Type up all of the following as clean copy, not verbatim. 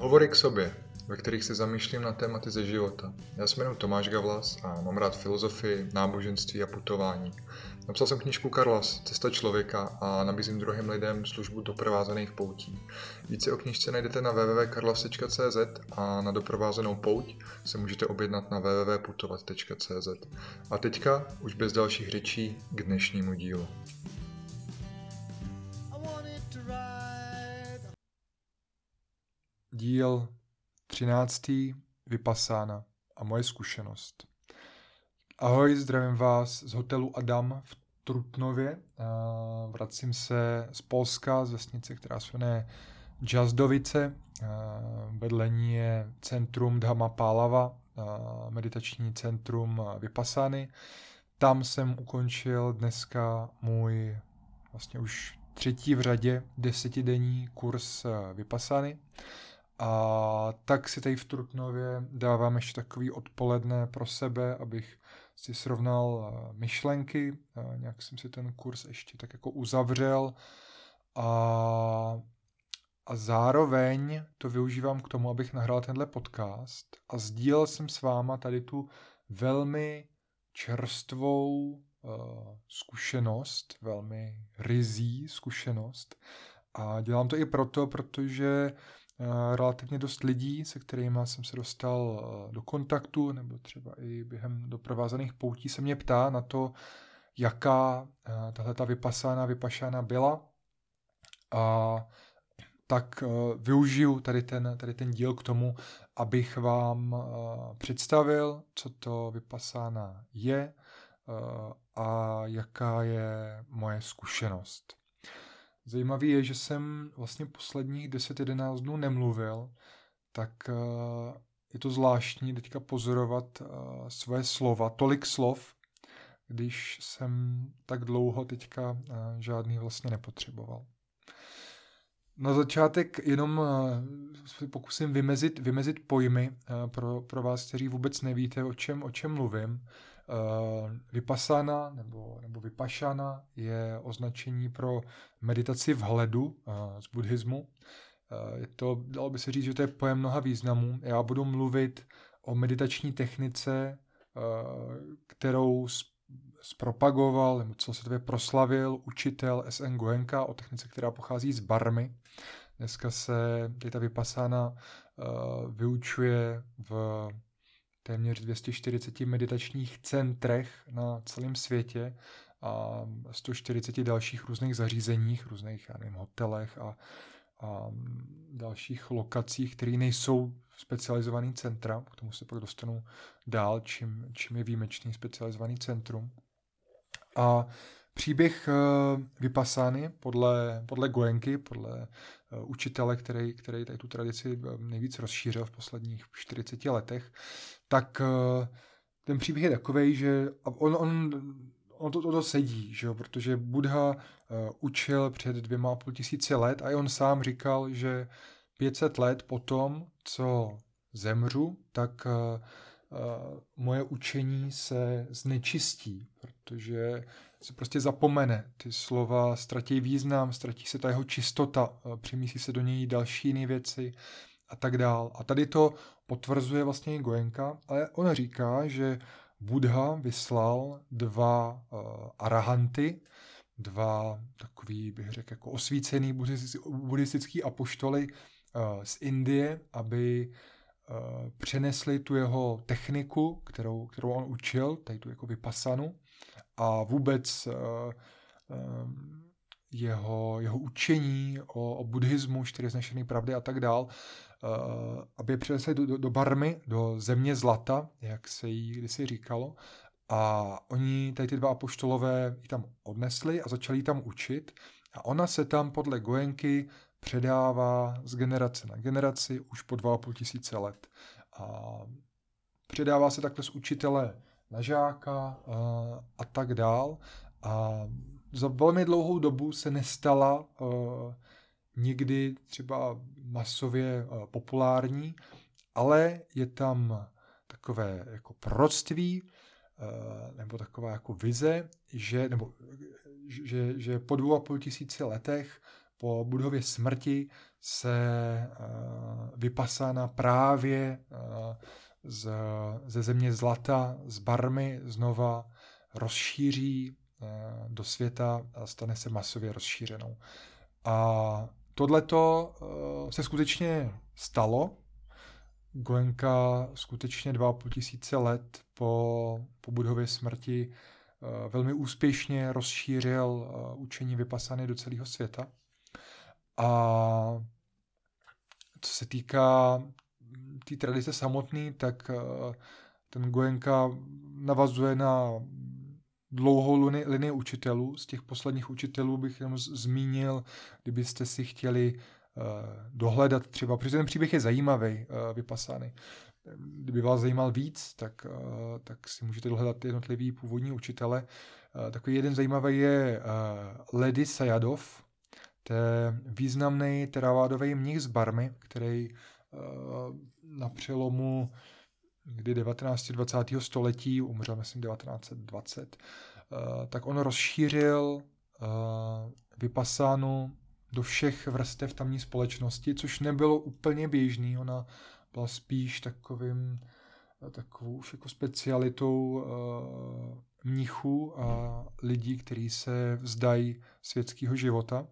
Hovory k sobě, ve kterých se zamýšlím na tématy ze života. Já se jmenuji Tomáš Gavlas a mám rád filozofii, náboženství a putování. Napsal jsem knížku Karlas, Cesta člověka a nabízím druhým lidem službu doprovázených poutí. Více o knížce najdete na www.karlas.cz a na doprovázenou pouť se můžete objednat na www.putovat.cz. A teďka, už bez dalších řečí, k dnešnímu dílu. Díl 13. Vypasána a moje zkušenost. Ahoj, zdravím vás z hotelu Adam v Trutnově. Vracím se z Polska, z vesnice, která se jmenuje Džazdovice. Vedle ní je centrum Dhama Pálava, meditační centrum Vypasány. Tam jsem ukončil dneska můj vlastně už 3. v řadě 10denní kurz Vypasány. A tak si tady v Trutnově dávám ještě takový odpoledne pro sebe, abych si srovnal myšlenky. Nějak jsem si ten kurz ještě tak jako uzavřel a zároveň to využívám k tomu, abych nahrál tenhle podcast a sdílel jsem s váma tady tu velmi čerstvou zkušenost, velmi ryzí zkušenost. A dělám to i proto, protože relativně dost lidí, se kterými jsem se dostal do kontaktu, nebo třeba i během doprovázených poutí, se mě ptá na to, jaká tahleta vypašána byla. A tak využiju tady ten díl k tomu, abych vám představil, co to vypasána je a jaká je moje zkušenost. Zajímavý je, že jsem vlastně posledních 10-11 dnů nemluvil, tak je to zvláštní teďka pozorovat svoje slova, tolik slov, když jsem tak dlouho teďka žádný vlastně nepotřeboval. Na začátek jenom pokusím vymezit pojmy pro vás, kteří vůbec nevíte, o čem mluvím. Vypasána nebo vypašana je označení pro meditaci vhledu z buddhismu. Je to, dalo by se říct, že to je pojem mnoha významů. Já budu mluvit o meditační technice, kterou zpropagoval nebo celosvětově proslavil učitel S.N. Goenka, o technice, která pochází z Barmy. Dneska se ta vypasána vyučuje v téměř 240 meditačních centrech na celém světě a 140 dalších různých zařízeních, různých hotelech a dalších lokacích, které nejsou specializovaný centra. K tomu se pak dostanu dál, čím je výjimečný specializovaný centrum. A příběh vypasány podle Goenky, podle učitele, který tady tu tradici nejvíc rozšířil v posledních 40 letech, tak ten příběh je takovej, že on to sedí, že jo? Protože Buddha učil před 2500 let a on sám říkal, že 500 let potom, co zemřu, tak moje učení se znečistí, protože se prostě zapomene. Ty slova ztratí význam, ztratí se ta jeho čistota, přimísí se do něj další jiné věci a tak dál. A tady to potvrzuje vlastně i Goenka, ale on říká, že Buddha vyslal 2 arahanty, 2 takový, bych řekl, jako osvícený buddhistický apoštoly z Indie, aby přenesli tu jeho techniku, kterou on učil, tady tu jako vypasanu, a vůbec jeho učení o buddhismu, 4 vznešené pravdy a tak dál, aby je přenesli do Barmy, do země zlata, jak se jí kdysi říkalo. A oni, tady ty 2 apoštolové, ji tam odnesli a začali ji tam učit. A ona se tam podle Goenky předává z generace na generaci už po 2500 let. A předává se takhle z učitele na žáka a tak dál. A za velmi dlouhou dobu se nestala nikdy třeba masově populární, ale je tam takové jako proroctví nebo taková jako vize, že po 2500 letech Po Buddhově smrti se Vipassana právě ze země zlata, z Barmy znova rozšíří do světa a stane se masově rozšířenou. A tohleto se skutečně stalo. Goenka skutečně 2500 let po Buddhově smrti velmi úspěšně rozšířil učení Vipassany do celého světa. A co se týká té tradice samotné, tak ten Goenka navazuje na dlouhou linii učitelů. Z těch posledních učitelů bych jenom zmínil, kdybyste si chtěli dohledat třeba, protože ten příběh je zajímavý, Vipassany. Kdyby vás zajímal víc, tak si můžete dohledat jednotlivý původní učitele. Takový jeden zajímavý je Ledi Sayadaw, to je významný teravádový mnich z Barmy, který na přelomu kdy 19. 20. století, umřel myslím 1920, tak on rozšířil Vipassanu do všech vrstev tamní společnosti, což nebylo úplně běžný. Ona byla spíš takovou už jako specialitou mnichů a lidí, kteří se vzdají světského života.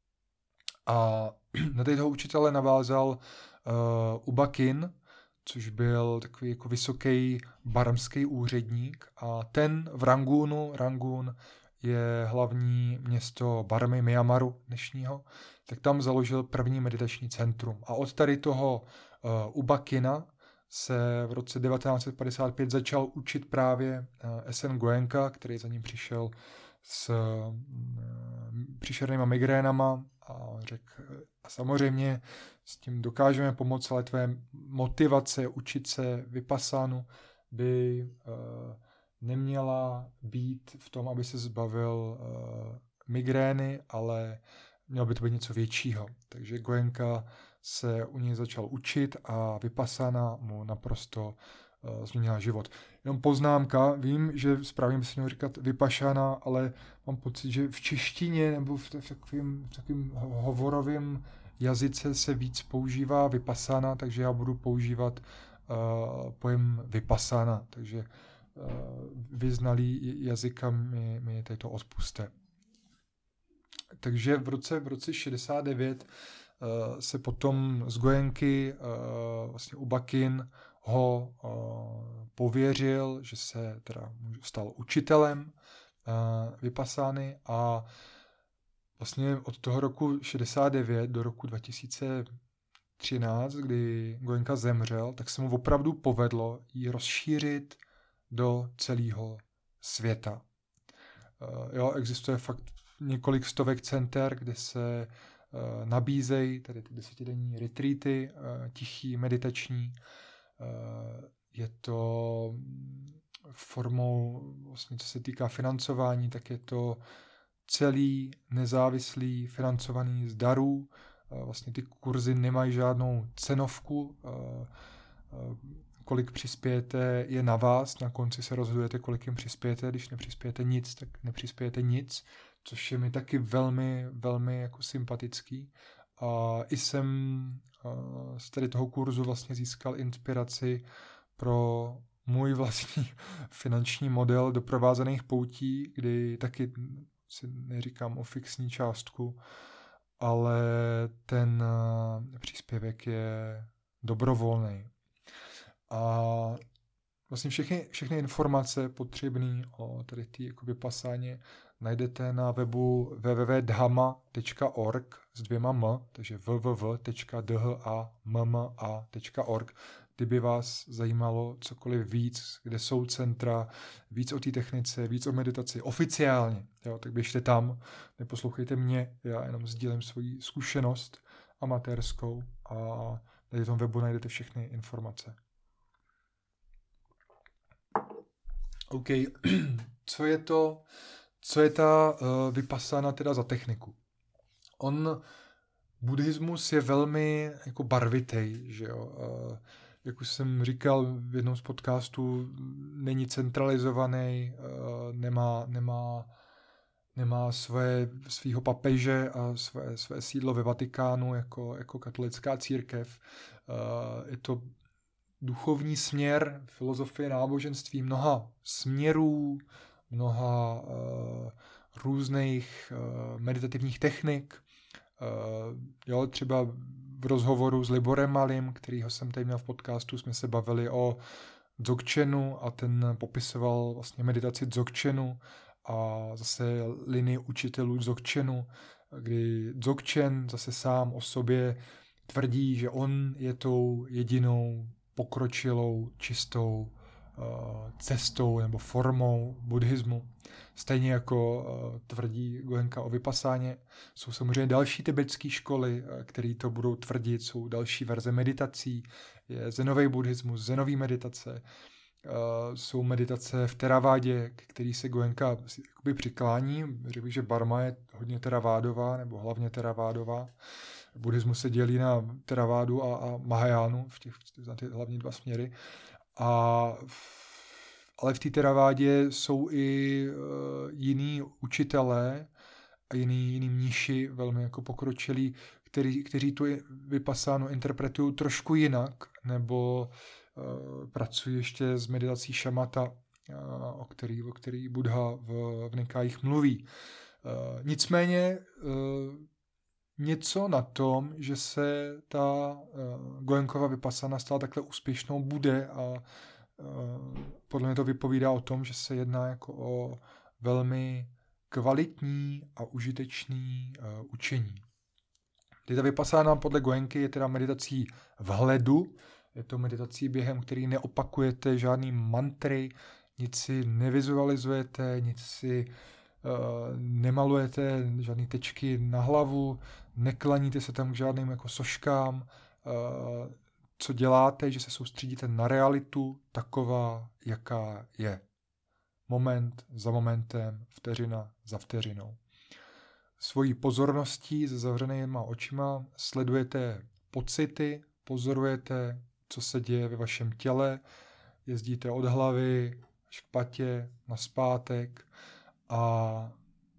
A na toho učitele navázal Uba Khin, což byl takový jako vysoký barmský úředník, a ten v Rangúnu, Rangoon je hlavní město Barmy, Myanmaru dnešního, tak tam založil první meditační centrum. A od tady toho Uba Khina se v roce 1955 začal učit právě SN Goenka, který za ním přišel s příšernýma migrénama a řekl, a samozřejmě s tím dokážeme pomoct, ale tvé motivace učit se Vipassanu by neměla být v tom, aby se zbavil migrény, ale mělo by to být něco většího. Takže Goenka se u něj začal učit a Vipassana mu naprosto změnila život. Jenom poznámka, vím, že správně by se mělo říkat Vipassana, ale mám pocit, že v češtině nebo v takovém hovorovém jazyce se víc používá Vipassana, takže já budu používat pojem Vipassana, takže vyznalý jazyka mi tady to odpuste. Takže v roce 69 se potom z Goenky vlastně Uba Khin ho pověřil, že se teda stal učitelem Vipassany, a vlastně od toho roku 69 do roku 2013, kdy Goenka zemřel, tak se mu opravdu povedlo ji rozšířit do celého světa. Existuje fakt několik stovek center, kde se nabízejí tady ty 10denní retreaty, tichý, meditační. Je to formou, vlastně co se týká financování, tak je to celý nezávislý financovaný z darů. Vlastně ty kurzy nemají žádnou cenovku. Kolik přispějete, je na vás. Na konci se rozhodujete, kolik jim přispějete. Když nepřispějete nic, tak nepřispějete nic, což je mi taky velmi, velmi jako sympatický. A i jsem z tady toho kurzu vlastně získal inspiraci pro můj vlastní finanční model doprovázených poutí, kdy taky si neříkám o fixní částku, ale ten příspěvek je dobrovolný. A vlastně všechny informace potřebné o tady té jako Vipassaně najdete na webu www.dhamma.org s 2 m, takže www.dhamma.org. Kdyby vás zajímalo cokoliv víc, kde jsou centra, víc o té technice, víc o meditaci oficiálně, tak běžte tam, neposlouchejte mě, já jenom sdílím svoji zkušenost amatérskou a na tom webu najdete všechny informace. OK, co je ta Vipassana teda za techniku? Buddhismus je velmi jako barvitej, že jo. Jak už jsem říkal v jednom z podcastů, není centralizovaný, nemá nemá svého papeže a své sídlo ve Vatikánu jako katolická církev. Je to duchovní směr filozofie náboženství mnoha směrů, mnoha různých meditativních technik. Třeba v rozhovoru s Liborem Malým, kterýho jsem tady měl v podcastu, jsme se bavili o Dzogčenu a ten popisoval vlastně meditaci Dzogčenu a zase linii učitelů Dzogčenu, kdy Dzogčen zase sám o sobě tvrdí, že on je tou jedinou pokročilou, čistou cestou nebo formou buddhismu. Stejně jako tvrdí Goenka o vypasáně. Jsou samozřejmě další tibetské školy, které to budou tvrdit, jsou další verze meditací, je zenový buddhismus, zenový meditace, jsou meditace v teravádě, který se Goenka přiklání. Řekl bych, že Barma je hodně teravádová, nebo hlavně teravádová. Buddhismus se dělí na teravádu a Mahajánu, na ty hlavní dva směry. Ale v té teravádě jsou i jiní učitelé a jiní mníši, velmi jako pokročilí, kteří tu vypasánu interpretují trošku jinak, nebo pracují ještě s meditací šamata, o který Buddha v Nikájích mluví. Nicméně něco na tom, že se ta Goenkova vypasana stala takhle úspěšnou, bude a podle mě to vypovídá o tom, že se jedná jako o velmi kvalitní a užitečný učení. Ta vypasána podle Goenky je teda meditací vhledu, je to meditací, během který neopakujete žádný mantry, nic si nevizualizujete, nic si nemalujete, žádný tečky na hlavu, neklaníte se tam k žádným jako soškám, co děláte, že se soustředíte na realitu taková, jaká je. Moment za momentem, vteřina za vteřinou. Svojí pozorností se zavřenýma očima sledujete pocity, pozorujete, co se děje ve vašem těle, jezdíte od hlavy až k patě, nazpátek a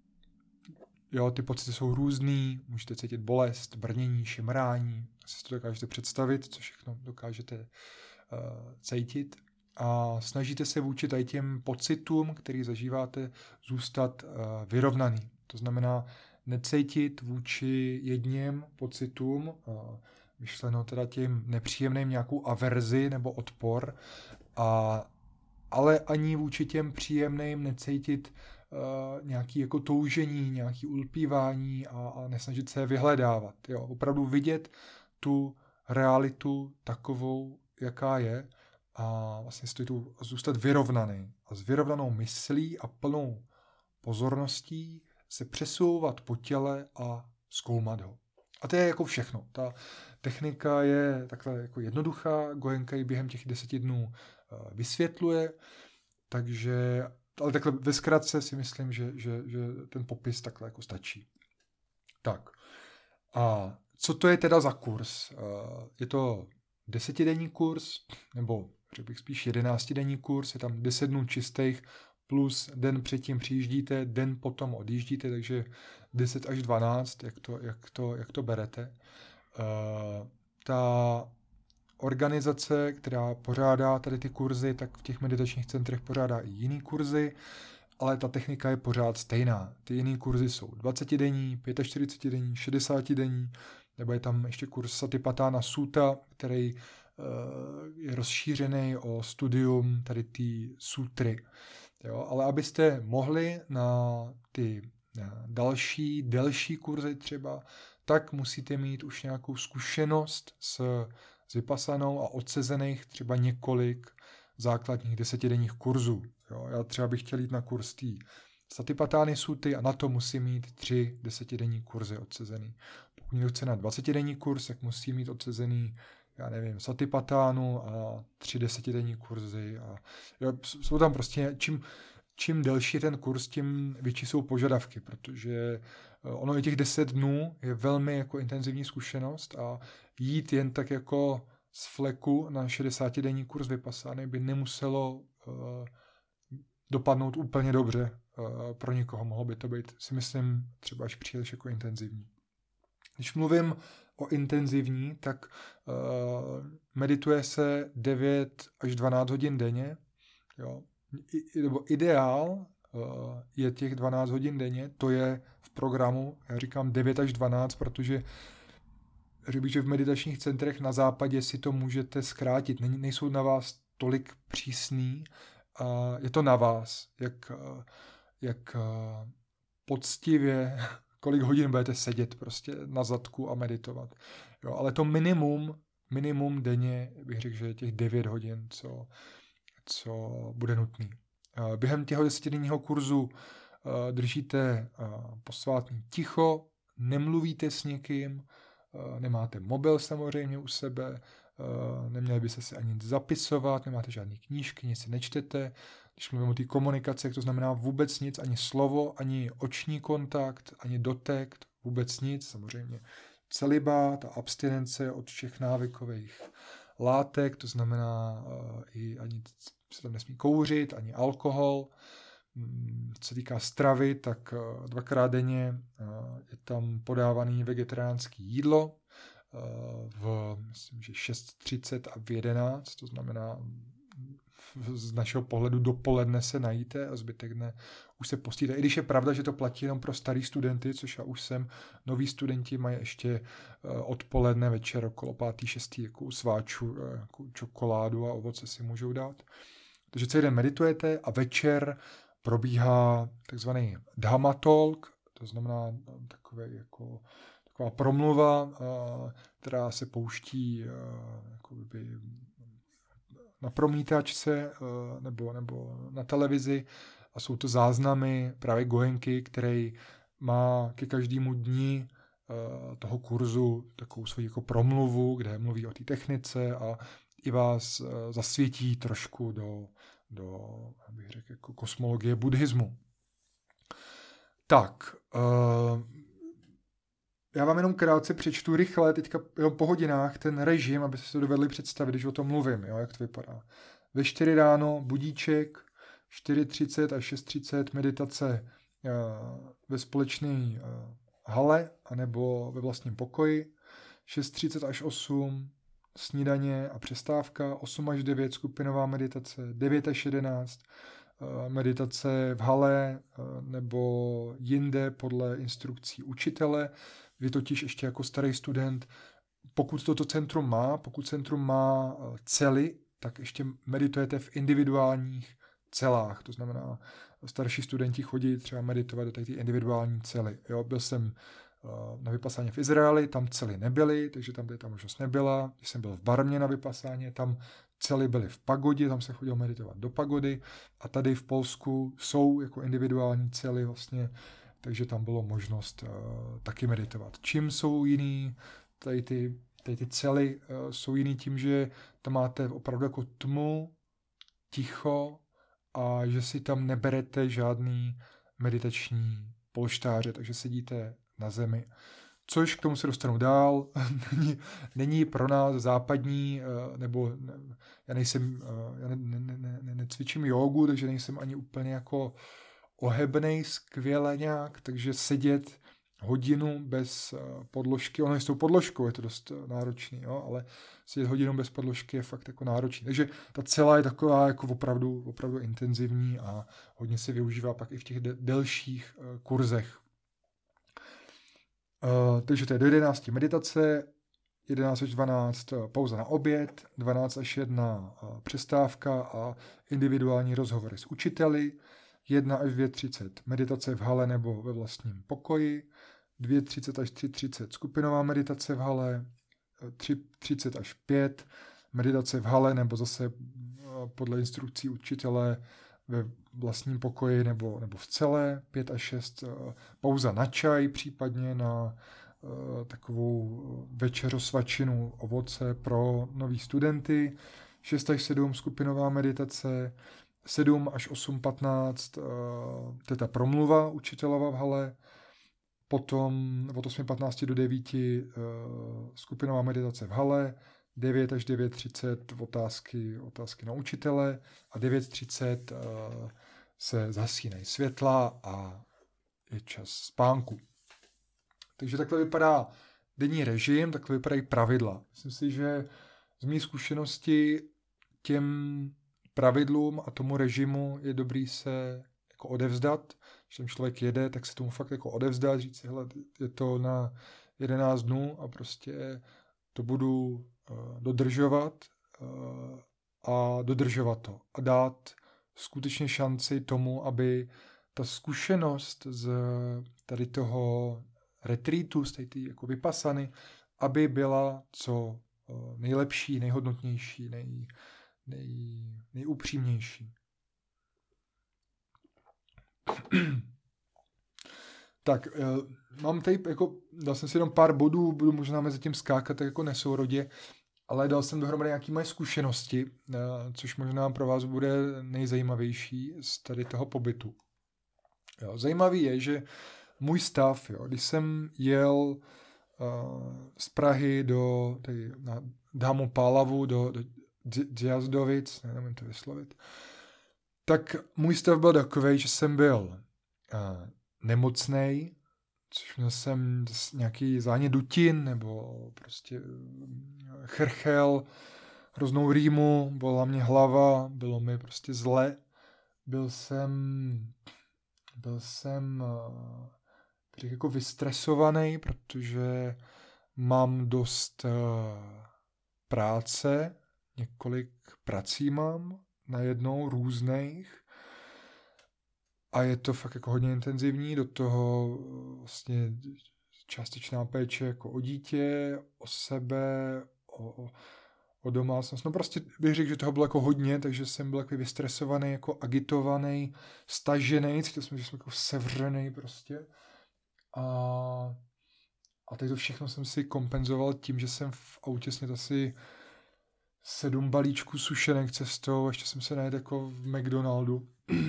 ty pocity jsou různý, můžete cítit bolest, brnění, šimrání, asi si to dokážete představit, co všechno dokážete cítit a snažíte se vůči tady těm pocitům, který zažíváte, zůstat vyrovnaný. To znamená necítit vůči jedním pocitům, myšleno teda tím nepříjemným nějakou averzi nebo odpor, ale ani vůči těm příjemným necítit nějaký jako toužení, nějaký ulpívání a nesnažit se je vyhledávat. Opravdu vidět tu realitu takovou, jaká je a vlastně zůstat vyrovnaný. A s vyrovnanou myslí a plnou pozorností se přesouvat po těle a zkoumat ho. A to je jako všechno. Ta technika je takhle jako jednoduchá, Goenka ji během těch 10 dnů vysvětluje, takže ale takhle ve zkratce si myslím, že ten popis takhle jako stačí. Tak. A co to je teda za kurz? Je to 10denní kurz, nebo řekl bych spíš 11denní kurz, je tam 10 dnů čistých, plus den předtím přijíždíte, den potom odjíždíte, takže 10 až 12, jak to berete. Ta organizace, která pořádá tady ty kurzy, tak v těch meditačních centrech pořádá i jiný kurzy, ale ta technika je pořád stejná. Ty jiný kurzy jsou 20denní, 45denní, 60denní, nebo je tam ještě kurz Satipatthana Sutta, který je rozšířený o studium tady ty sutry. Ale abyste mohli na ty další, delší kurzy třeba, tak musíte mít už nějakou zkušenost s vypasanou a odsezených třeba několik základních 10denních kurzů. Já třeba bych chtěl jít na kurz té Satipatthany Sutty a na to musím mít 3 10denní kurzy odsezený. Pokud někdo chce na 20denní kurz, tak musí mít odsezený, Satipatthanu a 3 10denní kurzy. Jsou tam prostě, čím delší je ten kurz, tím větší jsou požadavky, protože ono i těch 10 dnů je velmi jako intenzivní zkušenost a jít jen tak jako z fleku na 60denní kurz vypasány by nemuselo dopadnout úplně dobře. pro někoho mohlo by to být, si myslím, třeba až příliš jako intenzivní. Když mluvím o intenzivní, tak medituje se 9 až 12 hodin denně. Jo. Nebo ideál je těch 12 hodin denně, to je v programu, já říkám 9 až 12, protože řekl bych, že v meditačních centrech na západě si to můžete zkrátit, nejsou na vás tolik přísný, je to na vás, jak poctivě, kolik hodin budete sedět prostě na zadku a meditovat. Jo, ale to minimum denně, bych řekl, že je těch 9 hodin, co bude nutný. Během těho 10denního kurzu držíte posvátný ticho, nemluvíte s nikým, nemáte mobil samozřejmě u sebe, neměli byste se ani nic zapisovat, nemáte žádné knížky, nic si nečtete. Když mluvím o té komunikaci, to znamená vůbec nic, ani slovo, ani oční kontakt, ani dotek, vůbec nic, samozřejmě celibát a abstinence od všech návykových látek, to znamená ani se tam nesmí kouřit, ani alkohol. Co se týká stravy, tak 2krát denně je tam podávaný vegetariánský jídlo myslím, že 6:30 a v 11, to znamená z našeho pohledu dopoledne se najíte a zbytek dne už se postíte. I když je pravda, že to platí jenom pro starý studenty, což já už jsem, noví studenti mají ještě odpoledne, večer okolo 5., 6. jako sváču, jako čokoládu a ovoce si můžou dát. Takže celý den meditujete a večer probíhá takzvaný Dhamma Talk, to znamená taková promluva, která se pouští na promítačce nebo na televizi a jsou to záznamy právě Goenky, který má ke každému dni toho kurzu takovou svoji jako promluvu, kde mluví o té technice a i vás zasvětí trošku do abych řekl, jako kosmologie buddhismu. Tak, já vám jenom krátce přečtu rychle, teďka jenom po hodinách, ten režim, abyste si to dovedli představit, když o tom mluvím, jo, jak to vypadá. Ve 4 ráno budíček, 4:30 až 6:30 meditace ve společné hale, anebo ve vlastním pokoji, 6:30 až 8 snídaně a přestávka, 8 až 9 skupinová meditace, 9 až 11 meditace v hale nebo jinde podle instrukcí učitele. Vy totiž ještě jako starý student, pokud centrum má cely, tak ještě meditujete v individuálních celách. To znamená, starší studenti chodí třeba meditovat do té individuální cely. Jo, byl jsem na vypasáně v Izraeli, tam cely nebyly, takže tam ta možnost nebyla. Když jsem byl v Barmě na vypasáně, tam cely byly v pagodě, tam se chodilo meditovat do pagody a tady v Polsku jsou jako individuální cely vlastně, takže tam bylo možnost taky meditovat. Čím jsou jiný, tady ty cely jsou jiný tím, že tam máte opravdu jako tmu, ticho a že si tam neberete žádný meditační polštáře, takže sedíte na zemi. Což k tomu se dostanu dál, není pro nás západní, nebo já necvičím jógu, takže nejsem ani úplně jako ohebnej skvěle nějak, takže sedět hodinu bez podložky, ono je s tou podložkou, je to dost náročný, jo, ale sedět hodinu bez podložky je fakt jako náročný. Takže ta celá je taková jako opravdu intenzivní a hodně se využívá pak i v těch delších kurzech. Takže to je do 11 meditace, 11 až 12 pauza na oběd, 12 až 1 přestávka a individuální rozhovory s učiteli, 1 až 2:30 meditace v hale nebo ve vlastním pokoji, 2:30 až 3:30 skupinová meditace v hale, 3:30 až 5 meditace v hale nebo zase podle instrukcí učitele ve vlastním pokoji nebo v celé, 5 až 6 pauza na čaj, případně na takovou večerosvačinu ovoce pro nový studenty, 6 až 7 skupinová meditace, 7 až 8:15 to je ta promluva učitelova v hale, potom od 8:15 do 9 skupinová meditace v hale, 9 až 9:30 otázky na učitele a 9:30 se zasínají světla a je čas spánku. Takže takhle vypadá denní režim, takhle vypadají pravidla. Myslím si, že z mé zkušenosti těm pravidlům a tomu režimu je dobrý se jako odevzdat. Když ten člověk jede, tak se tomu fakt jako odevzdat, říct si, hele, je to na 11 dnů a prostě to budu dodržovat a dodržovat to. A dát skutečně šanci tomu, aby ta zkušenost z tady toho retreatu, z té jako vypasany, aby byla co nejlepší, nejhodnotnější, nejupřímnější. Tak, mám tady, jako, dal jsem si jenom pár bodů, budu možná mezi tím skákat tak jako nesourodě, ale dal jsem dohromady nějaké moje zkušenosti, což možná pro vás bude nejzajímavější z tady toho pobytu. Jo, zajímavý je, že můj stav, jo, když jsem jel z Prahy na Dámu Pálavu, do Djazdovic, nevím to vyslovit, tak můj stav byl takový, že jsem byl nemocnej, což měl jsem nějaký zánět dutin, nebo prostě chrchel, hroznou rýmu, bolela mě hlava, bylo mi prostě zle. Byl jsem jako vystresovaný, protože mám dost práce, několik prací mám najednou různých a je to fakt jako hodně intenzivní, do toho vlastně částečná péče jako o dítě, o sebe, o domácnost. No prostě bych řekl, že toho bylo jako hodně, takže jsem byl jako vystresovaný, jako agitovaný, stažený, cítil jsem, že jsem jako sevřený prostě. A teď to všechno jsem si kompenzoval tím, že jsem v autě snědl asi 7 balíčků sušenek cestou, ještě jsem se najedl jako v McDonaldu.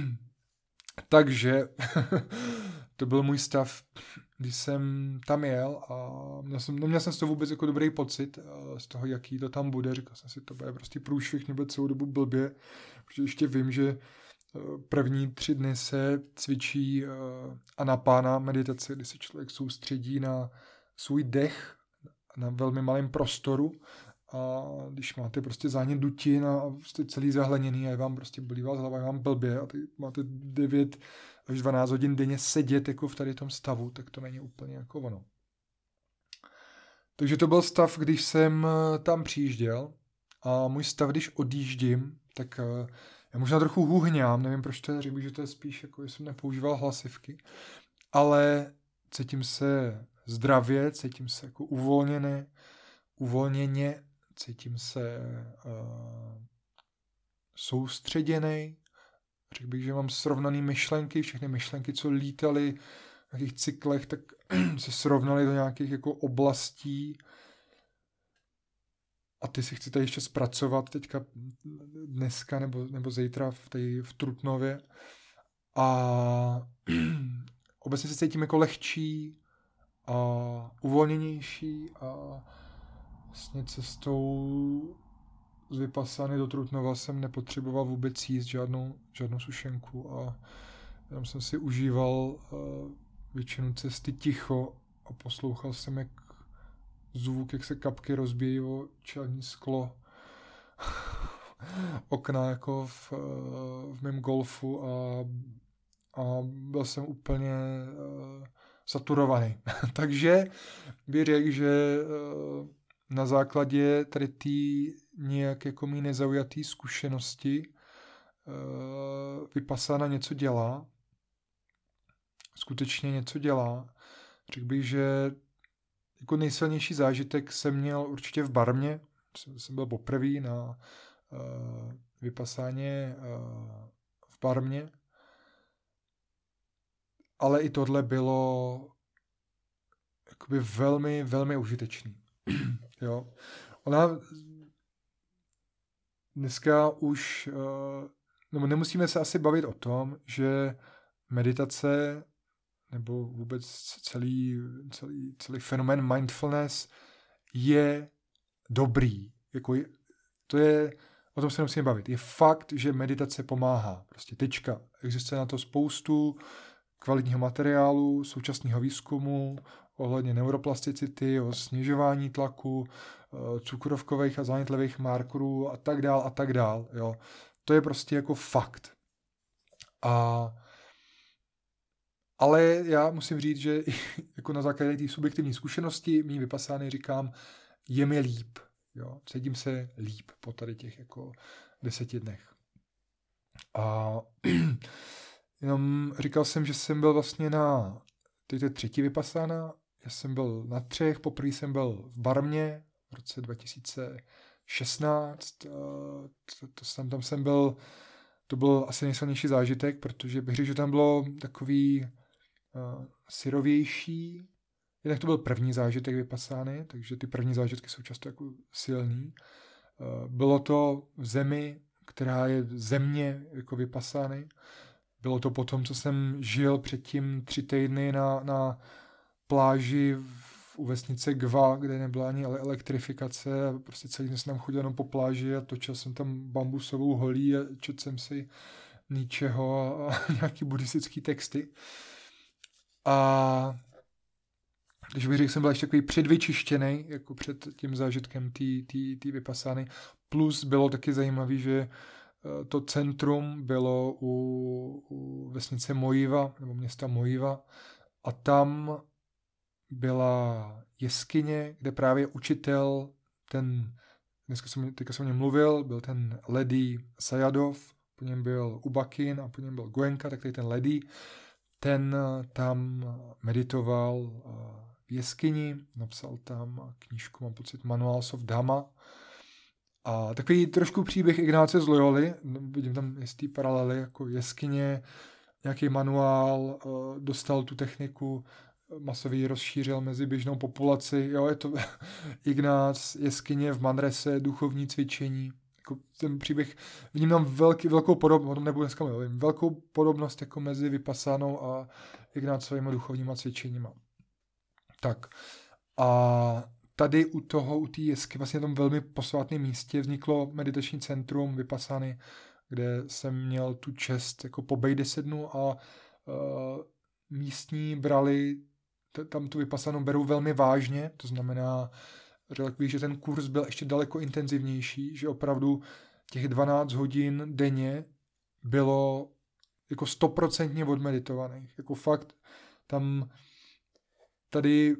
Takže to byl můj stav, když jsem tam jel a neměl jsem z toho vůbec jako dobrý pocit z toho, jaký to tam bude. Říkal jsem si, to bude prostě průšvih, mě bude celou dobu blbě, protože ještě vím, že první 3 dny se cvičí anapána meditace, kdy se člověk soustředí na svůj dech na velmi malém prostoru a když máte prostě zánět dutin a jste celý zahleněný a je vám prostě bolí vás hlava, je vám blbě a máte 9 až 12 hodin denně sedět jako v tady tom stavu, tak to není úplně jako ono. Takže to byl stav, když jsem tam přijížděl a můj stav, když odjíždím, tak já možná trochu huhňám, nevím proč to je, řekl bych, že to je spíš jako, že jsem nepoužíval hlasivky, ale cítím se zdravě, cítím se jako uvolněně, cítím se soustředěnej. Řekl bych, že mám srovnaný myšlenky, všechny myšlenky, co lítaly v nějakých cyklech, tak se srovnaly do nějakých jako oblastí. A ty si chci tady ještě zpracovat teďka dneska nebo zítra v Trutnově. A obecně se cítím jako lehčí a uvolněnější a vlastně cestou z Vypasany do Trutnova jsem nepotřeboval vůbec jíst žádnou sušenku a jenom jsem si užíval většinu cesty ticho a poslouchal jsem zvuk, jak se kapky rozbíjí o čelní sklo okna jako v mém golfu a byl jsem úplně saturovaný. Takže bych řekl, že na základě tady té nějak jako mý nezaujatý zkušenosti Vypasana něco dělá. Skutečně něco dělá. Řekl bych, že jako nejsilnější zážitek jsem měl určitě v Barmě. Jsem byl poprvé na Vypasáně v Barmě. Ale i tohle bylo jakoby velmi, velmi užitečný. Jo. Ona dneska už, nebo nemusíme se asi bavit o tom, že meditace nebo vůbec celý fenomén mindfulness je dobrý. Jako to je o tom se nemusíme bavit. Je fakt, že meditace pomáhá. Prostě tečka. Existuje na to spoustu kvalitního materiálu, současného výzkumu, ohledně neuroplasticity, o snižování tlaku, cukrovkových a zánětlivých markerů a tak dál. Jo. To je prostě jako fakt. Ale já musím říct, že jako na základě té subjektivní zkušenosti mý vypasány říkám, je mi líp. Jo. Cítím se líp po tady těch jako 10 dnech. A jenom říkal jsem, že jsem byl vlastně na té třetí vypasána. Já jsem byl na 3, poprvé jsem byl v Barmě v roce 2016. Tam jsem byl, to byl asi nejsilnější zážitek, protože bych řekl, že tam bylo takový syrovější. Jednak to byl první zážitek vypasány, takže ty první zážitky jsou často jako silný. Bylo to v zemi, která je země jako vypasány. Bylo to potom, co jsem žil předtím 3 týdny na pláži u vesnice Gva, kde nebyla ani elektrifikace. Prostě celý den jsem tam chodil jenom po pláži a točil jsem tam bambusovou holí a četl jsem si Nietzscheho a nějaký buddhistický texty. A když bych řekl, jsem byl ještě takový předvyčištěnej, jako před tím zážitkem té vypasány. Plus bylo taky zajímavé, že to centrum bylo u vesnice Mojiva, nebo města Mojiva, a tam byla jeskyně, kde právě učitel, teďka jsem o něm mluvil, byl ten Ledi Sajadov, po něm byl Ubakin a po něm byl Goenka, tak tady ten Ledi, ten tam meditoval v jeskyni, napsal tam knížku, mám pocit, Manuals of Dhamma. A takový trošku příběh Ignáce z Loyoly, vidím tam jistý paralely, jako jeskyně, nějaký manuál, dostal tu techniku, masově rozšířil mezi běžnou populaci. Jo, je to Ignác, jeskyně v Manrese, duchovní cvičení. Jako ten příběh, vidím tam velkou podobnost, o tom nebudu dneska mluvit, velkou podobnost jako mezi vypasánou a Ignácovými duchovníma cvičeníma. Tak. A tady u té jesky, vlastně na tom velmi posvátném místě, vzniklo meditační centrum Vypasány, kde jsem měl tu čest jako pobejt 10 dnů a místní brali, tam tu Vypasánu berou velmi vážně, to znamená, že ten kurz byl ještě daleko intenzivnější, že opravdu těch 12 hodin denně bylo jako 100% odmeditovaných. Jako fakt tam tady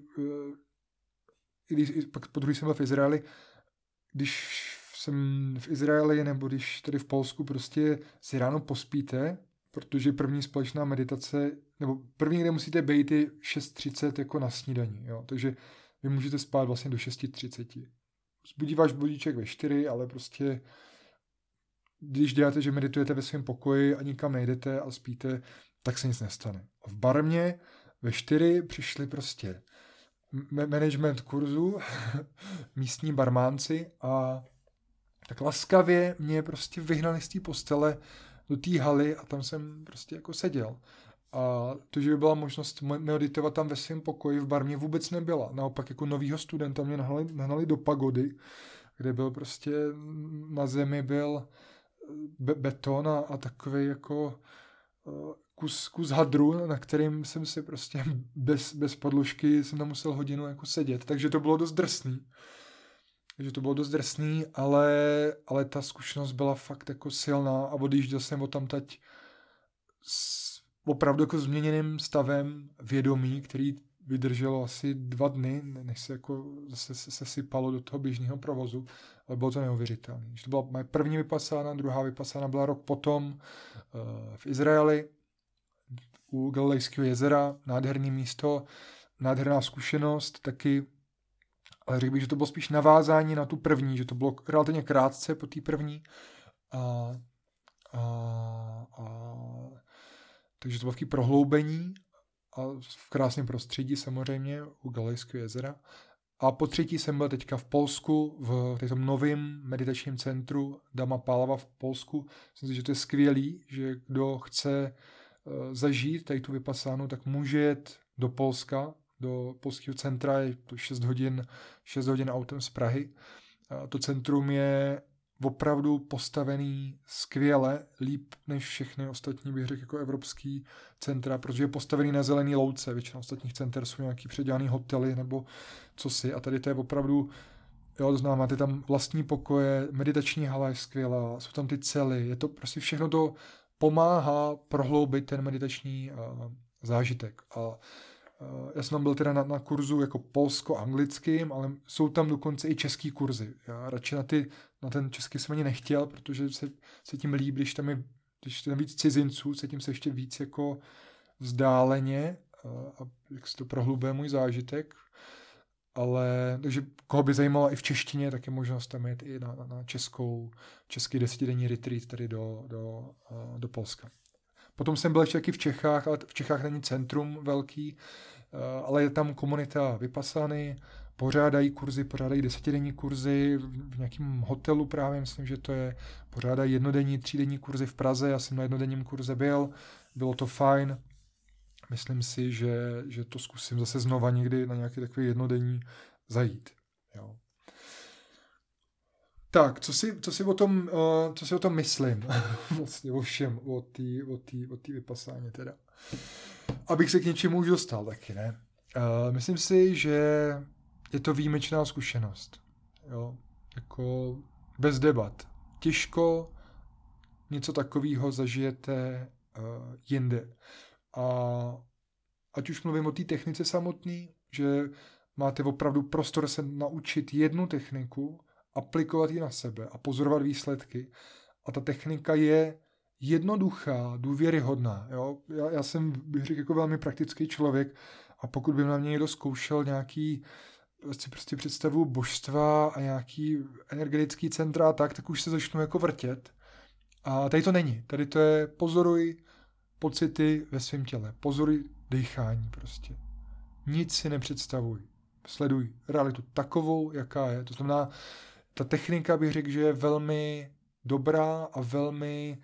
pak po druhý jsem byl v Izraeli, když jsem v Izraeli nebo když tady v Polsku prostě si ráno pospíte, protože první společná meditace, nebo první, kde musíte být, je 6:30 jako na snídani, jo, takže vy můžete spát vlastně do 6:30. Zbudí váš budíček ve 4, ale prostě když děláte, že meditujete ve svém pokoji a nikam nejdete a spíte, tak se nic nestane. V Barmě ve 4 přišli prostě management kurzu, místní barmánci a tak laskavě mě prostě vyhnali z té postele do té haly a tam jsem prostě jako seděl. A to, že by byla možnost meditovat tam ve svém pokoji v Barmě, vůbec nebyla. Naopak jako novýho studenta mě nahnali do pagody, kde byl prostě na zemi byl beton a takový jako kus hadru, na kterým jsem si prostě bez podložky jsem tam musel hodinu jako sedět. Takže to bylo dost drsný. Ale ta zkušenost byla fakt jako silná a odjížděl jsem odtamtať opravdu jako změněným stavem vědomí, který vydrželo asi 2 dny, než se jako zase se sypalo do toho běžného provozu, ale bylo to neuvěřitelné. To byla moje první vypasána, druhá vypasána byla rok potom v Izraeli u Galilejského jezera, nádherné místo, nádherná zkušenost taky, ale řekl bych, že to bylo spíš navázání na tu první, že to bylo relativně krátce po té první takže to bylo takové prohloubení a v krásném prostředí samozřejmě u Galilejského jezera. A po třetí jsem byl teďka v Polsku, v tom novém meditačním centru Dhamma Palava v Polsku. Myslím si, že to je skvělý, že kdo chce zažít tady tu vypasánu, tak může jet do Polska, do polského centra, je to 6 hodin autem z Prahy. A to centrum je opravdu postavený skvěle, líp než všechny ostatní, bych řekl, jako evropský centra, protože je postavený na zelený louce. Většina ostatních center jsou nějaký předělaný hotely nebo cosi. A tady to je opravdu, jo, to znamená, máte tam vlastní pokoje, meditační hala je skvělá, jsou tam ty cely, je to prostě všechno to pomáhá prohloubit ten meditační zážitek. A já jsem tam byl teda na kurzu jako polsko-anglickým, ale jsou tam dokonce i český kurzy. Já radši na ten český jsem ani nechtěl, protože se tím líp, když tam je víc cizinců, se tím se ještě víc jako vzdáleně a jak se to prohlubuje můj zážitek. Ale, takže koho by zajímalo i v češtině, tak je možnost tam jít i na český 10denní retreat tady do Polska. Potom jsem byl ještě taky v Čechách, ale v Čechách není centrum velký, ale je tam komunita Vipassany, pořádají 10denní kurzy v nějakém hotelu právě, myslím, že to je, pořádají 1denní, 3denní kurzy v Praze, já jsem na 1denním kurze bylo to fajn, myslím si, že to zkusím zase znova někdy na nějaký takový 1denní zajít. Jo. Tak, co si o tom myslím? Vlastně o všem, o té vypasáně teda. Abych se k něčemu už dostal taky, ne? Myslím si, že je to výjimečná zkušenost. Jo? Jako bez debat. Těžko něco takového zažijete jinde. A ať už mluvím o té technice samotné, že máte opravdu prostor se naučit jednu techniku, aplikovat ji na sebe a pozorovat výsledky. A ta technika je jednoduchá, důvěryhodná. Jo? Já jsem, bych řekl, jako velmi praktický člověk a pokud by na mě někdo zkoušel nějaký prostě představu božstva a nějaký energetický centra tak už se začnu jako vrtět. A tady to není. Tady to je pozoruj pocity ve svém těle. Pozoruj dýchání prostě. Nic si nepředstavuj. Sleduj realitu takovou, jaká je. To znamená, ta technika bych řekl, že je velmi dobrá a velmi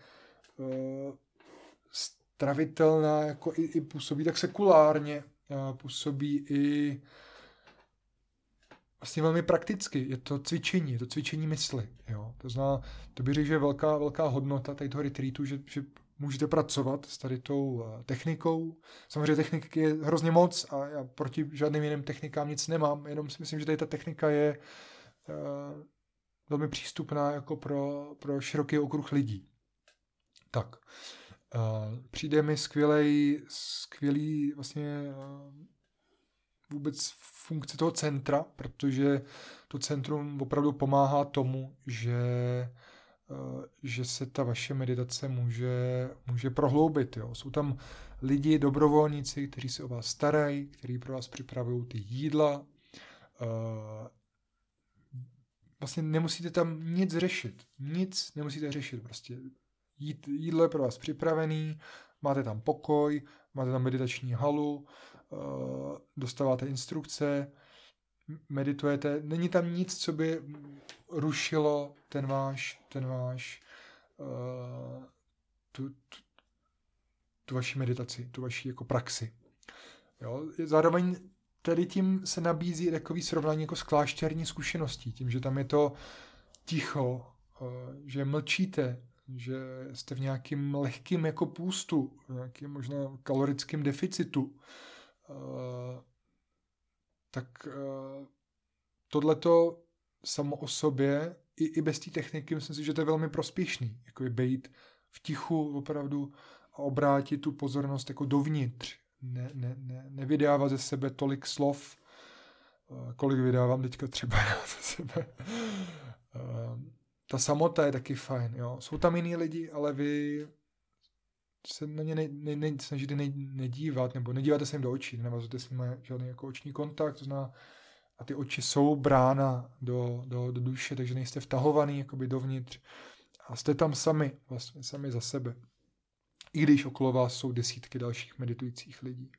stravitelná, jako i působí tak sekulárně, působí i vlastně velmi prakticky. Je to cvičení mysli. Jo? To znamená, to bych řekl, že je velká hodnota tady toho retreatu, že můžete pracovat s tady tou technikou. Samozřejmě technik je hrozně moc a já proti žádným jiným technikám nic nemám, jenom si myslím, že tady ta technika je velmi přístupná jako pro široký okruh lidí. Tak, přijde mi skvělý vlastně vůbec funkce toho centra, protože to centrum opravdu pomáhá tomu, že se ta vaše meditace může prohloubit. Jo. Jsou tam lidi, dobrovolníci, kteří se o vás starají, kteří pro vás připravují ty jídla. Vlastně nemusíte tam nic řešit. Nic nemusíte řešit. Prostě jídlo je pro vás připravený, máte tam pokoj, máte tam meditační halu, dostáváte instrukce, meditujete. Není tam nic, co by rušilo tu vaši meditaci, tu vaši jako praxi. Jo? Zároveň tady tím se nabízí takový srovnání jako s klášterní zkušeností, tím, že tam je to ticho, že mlčíte, že jste v nějakým lehkým jako půstu, v nějakým možná kalorickým deficitu. Tak tohleto samo o sobě, i bez té techniky, myslím si, že to je velmi prospěšný. Jako je bejt v tichu opravdu a obrátit tu pozornost jako dovnitř. Nevydávat ze sebe tolik slov, kolik vydávám teďka třeba já ze sebe. Ta samota je taky fajn. Jo. Jsou tam jiný lidi, ale vy se na ně snažíte nedívat, nebo nedíváte se jim do očí, nenavazujete s nimi žádný jako oční kontakt, to znamená, a ty oči jsou brána do duše, takže nejste vtahovaný jakoby dovnitř a jste tam sami za sebe. I když okolo vás jsou desítky dalších meditujících lidí.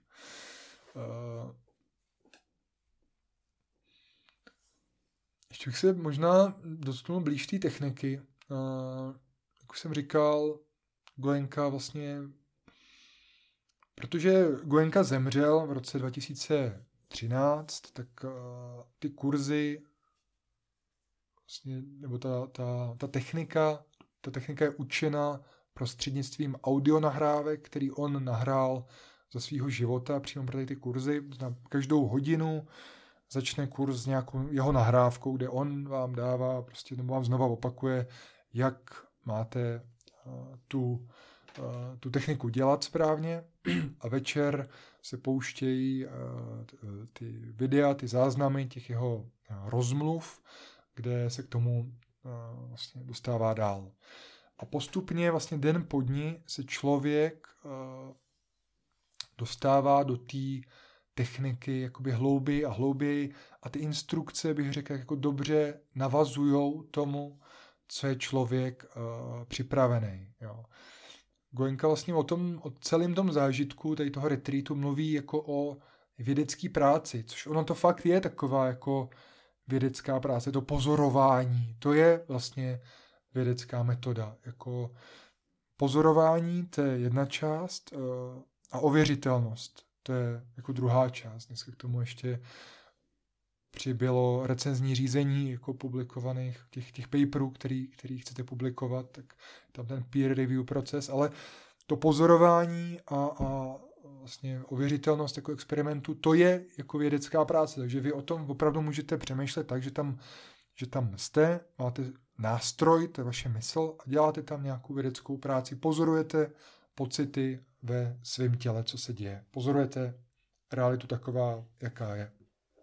Ještě bych se možná dotknul blíž té techniky. Jak už jsem říkal, Goenka vlastně, protože Goenka zemřel v roce 2013, tak ty kurzy vlastně, nebo ta technika je učena prostřednictvím audionahrávek, který on nahrál za svého života přímo pro ty kurzy. Na každou hodinu začne kurz s nějakou jeho nahrávkou, kde on vám dává, prostě nebo vám znova opakuje, jak máte tu techniku dělat správně, a večer se pouštějí ty videa, ty záznamy těch jeho rozmluv, kde se k tomu vlastně dostává dál. A postupně vlastně den po dni se člověk dostává do té techniky jakoby hlouběji a hlouběji a ty instrukce, bych řekl, jako dobře navazujou tomu, co je člověk připravený. Jo. Goenka vlastně o celém tom zážitku tady toho retreatu mluví jako o vědecké práci, což ono to fakt je taková jako vědecká práce, to pozorování, to je vlastně vědecká metoda. Jako pozorování, to je jedna část, a ověřitelnost, to je jako druhá část. Dneska k tomu ještě přibylo recenzní řízení jako publikovaných těch paperů, který chcete publikovat, tak tam ten peer review proces, ale to pozorování a vlastně ověřitelnost jako experimentu, to je jako vědecká práce, takže vy o tom opravdu můžete přemýšlet tak, že tam jste, máte nástroj, to je vaše mysl a děláte tam nějakou vědeckou práci, pozorujete pocity ve svém těle, co se děje. Pozorujete realitu taková, jaká je.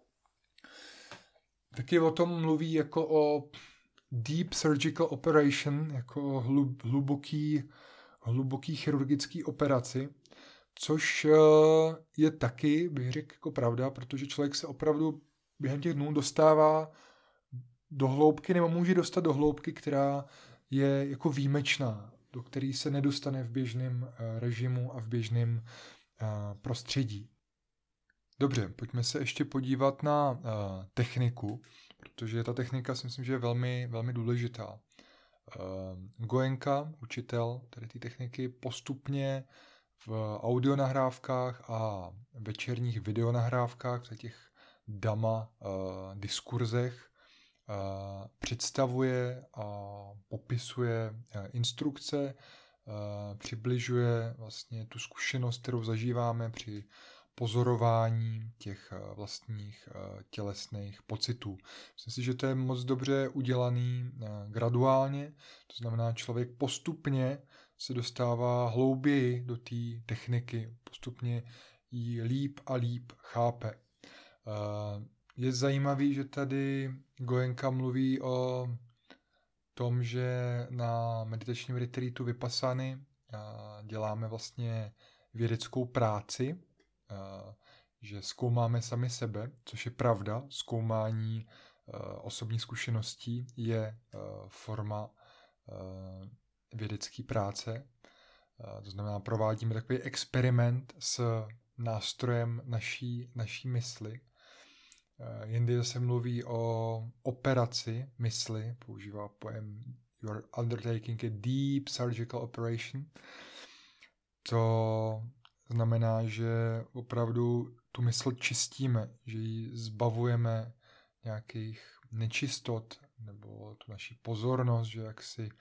Taky o tom mluví jako o deep surgical operation, jako hluboký chirurgický operaci, což je taky, bych řekl, jako pravda, protože člověk se opravdu během těch dnů dostává do hloubky, nebo může dostat do hloubky, která je jako výjimečná, do které se nedostane v běžném režimu a v běžném prostředí. Dobře, pojďme se ještě podívat na techniku, protože ta technika si myslím, že je velmi, velmi důležitá. Goenka, učitel tady té techniky, postupně v audionahrávkách a večerních videonahrávkách, v těch dama diskurzech představuje a popisuje instrukce, přibližuje vlastně tu zkušenost, kterou zažíváme při pozorování těch vlastních tělesných pocitů. Myslím si, že to je moc dobře udělaný graduálně, to znamená, člověk postupně se dostává hlouběji do té techniky, postupně ji líp a líp chápe. Je zajímavý, že tady Goenka mluví o tom, že na meditačním retreatu Vipassany děláme vlastně vědeckou práci, že zkoumáme sami sebe, což je pravda. Zkoumání osobních zkušeností je forma vědecké práce. To znamená, provádíme takový experiment s nástrojem naší mysli. Jindy se mluví o operaci mysli, používá pojem "You're undertaking a deep surgical operation". To znamená, že opravdu tu mysl čistíme, že ji zbavujeme nějakých nečistot, nebo tu naši pozornost, že jaksi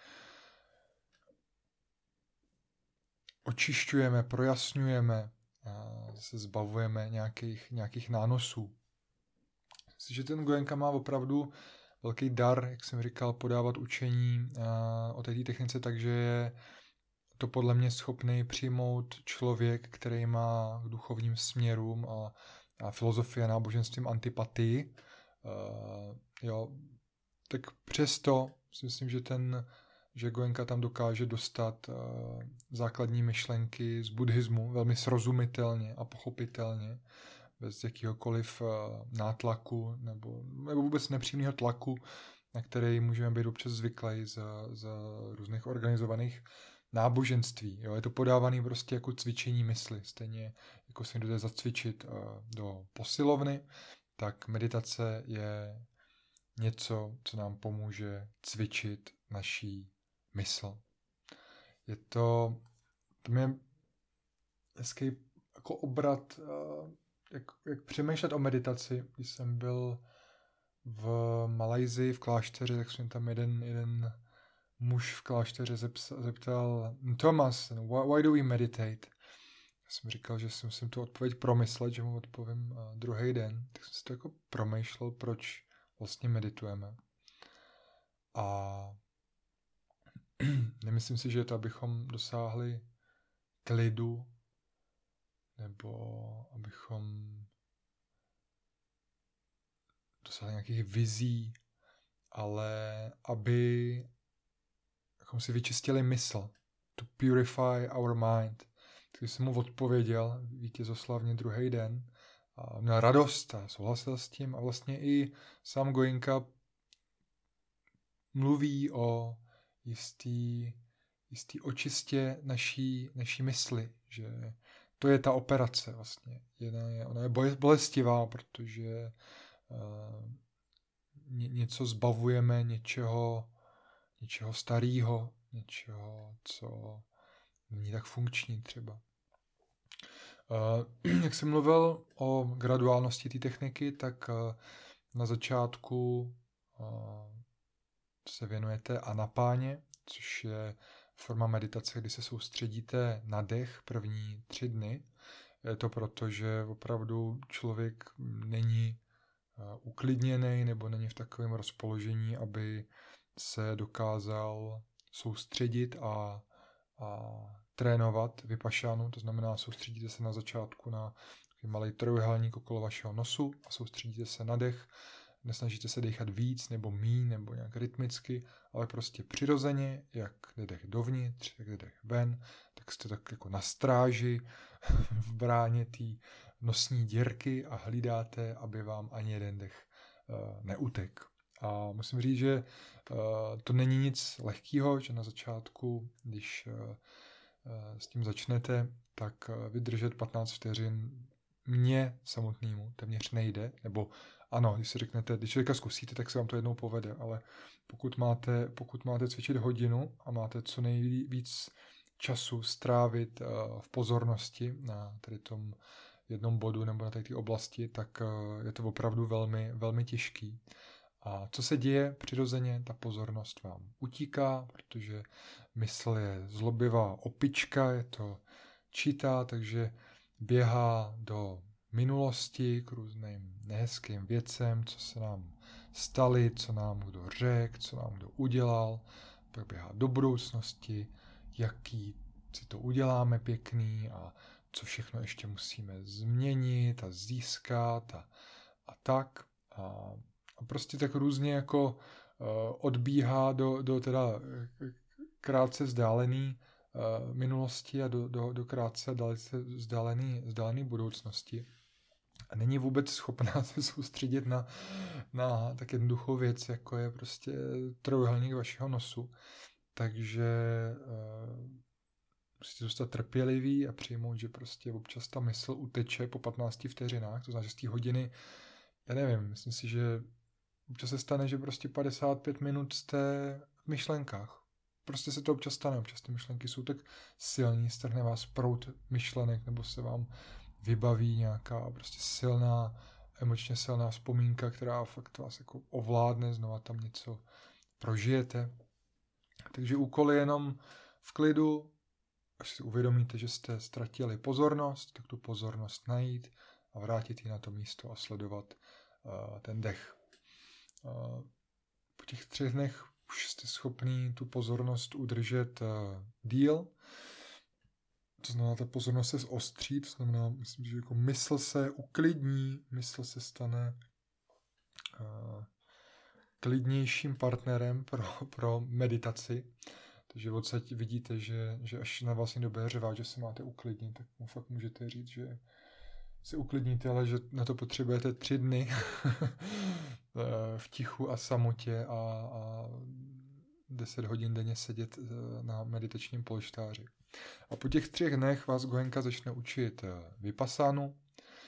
očišťujeme, projasňujeme, se zbavujeme nějakých nánosů. Myslím, že ten Goenka má opravdu velký dar, jak jsem říkal, podávat učení o té technice, takže je to podle mě schopný přijmout člověk, který má k duchovním směrům a filozofii a náboženstvím antipatii. Tak přesto si myslím, že Goenka tam dokáže dostat základní myšlenky z buddhismu velmi srozumitelně a pochopitelně, bez jakýhokoliv nátlaku nebo vůbec nepřímého tlaku, na který můžeme být občas zvyklí z různých organizovaných náboženství. Jo? Je to podávaný prostě jako cvičení mysli. Stejně jako se jdete zacvičit do posilovny, tak meditace je něco, co nám pomůže cvičit naší mysl. To je hezký jako obrat, jak přemýšlet o meditaci. Když jsem byl v Malajsii v klášteře, tak jsem tam jeden muž v klášteře zeptal Thomas, why do we meditate? Já jsem říkal, že jsem si tu odpověď promyslet, že mu odpovím druhý den. Tak jsem si to jako promýšlel, proč vlastně meditujeme. A nemyslím si, že je to, abychom dosáhli klidu, nebo abychom dosáhli nějakých vizí, ale abychom si vyčistili mysl. To purify our mind. Takže jsem mu odpověděl vítězoslavně druhý den. A měl radost a souhlasil s tím. A vlastně i sám Goenka mluví o jistý očistě naší mysli, že to je ta operace vlastně. Ona je bolestivá, protože něco zbavujeme, něčeho starého, něčeho, co není tak funkční třeba. Jak jsem mluvil o graduálnosti té techniky, tak na začátku se věnujete anapáně, což je forma meditace, kdy se soustředíte na dech první 3 dny. Je to proto, že opravdu člověk není uklidněný nebo není v takovém rozpoložení, aby se dokázal soustředit a trénovat vipašánu, to znamená soustředíte se na začátku na malý trojuhelník okolo vašeho nosu a soustředíte se na dech. Nesnažíte se dechat víc nebo míň nebo nějak rytmicky, ale prostě přirozeně, jak jde dech dovnitř, jak jde dech ven, tak jste tak jako na stráži v bráně té nosní dírky a hlídáte, aby vám ani jeden dech neutek. A musím říct, že to není nic lehkého, že na začátku, když s tím začnete, tak vydržet 15 vteřin mně samotnému téměř nejde, nebo ano, když si řeknete, když člověka zkusíte, tak se vám to jednou povede, ale pokud máte cvičit hodinu a máte co nejvíc času strávit v pozornosti na tady tom jednom bodu nebo na té oblasti, tak je to opravdu velmi, velmi těžký. A co se děje přirozeně, ta pozornost vám utíká, protože mysl je zlobivá opička, je to čítá, takže běhá do minulosti k různým nehezkým věcem, co se nám staly, co nám kdo řekl, co nám kdo udělal, pak běhá do budoucnosti, jaký si to uděláme pěkný a co všechno ještě musíme změnit a získat a tak. A prostě tak různě jako odbíhá do teda krátce vzdálený minulosti a do krátce vzdálený budoucnosti. A není vůbec schopná se soustředit na tak jednoduchou věc, jako je prostě trojuhelník vašeho nosu. Takže musíte zůstat trpělivý a přijmout, že prostě občas ta mysl uteče po 15 vteřinách, to znamená, že z té hodiny, já nevím, myslím si, že občas se stane, že prostě 55 minut jste v myšlenkách. Prostě se to občas stane, občas ty myšlenky jsou tak silný, strhne vás proud myšlenek, nebo se vám vybaví nějaká prostě emočně silná vzpomínka, která fakt vás jako ovládne, znova tam něco prožijete. Takže úkol je jenom v klidu, až si uvědomíte, že jste ztratili pozornost, tak tu pozornost najít a vrátit ji na to místo a sledovat ten dech. Po těch 3 dnech už jste schopný tu pozornost udržet díl. To znamená, ta pozornost se zostří, to znamená, myslím, že jako mysl se uklidní, mysl se stane klidnějším partnerem pro meditaci. Takže odsaď vidíte, že až na vás někdo bude řvát, že se máte uklidnit, tak mu fakt můžete říct, že se uklidníte, ale že na to potřebujete 3 dny v tichu a samotě a 10 hodin denně sedět na meditačním polštáři. A po těch 3 dnech vás Goenka začne učit vipassanu,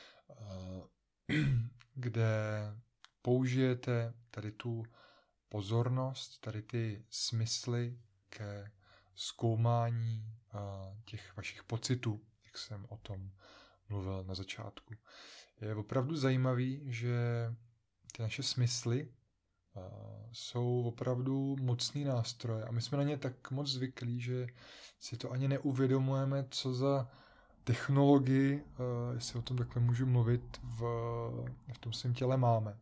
kde použijete tady tu pozornost, tady ty smysly ke zkoumání těch vašich pocitů, jak jsem o tom mluvil na začátku. Je opravdu zajímavý, že ty naše smysly jsou opravdu mocný nástroje a my jsme na ně tak moc zvyklí, že si to ani neuvědomujeme, co za technologii, jestli o tom takhle můžu mluvit, v tom svém těle máme.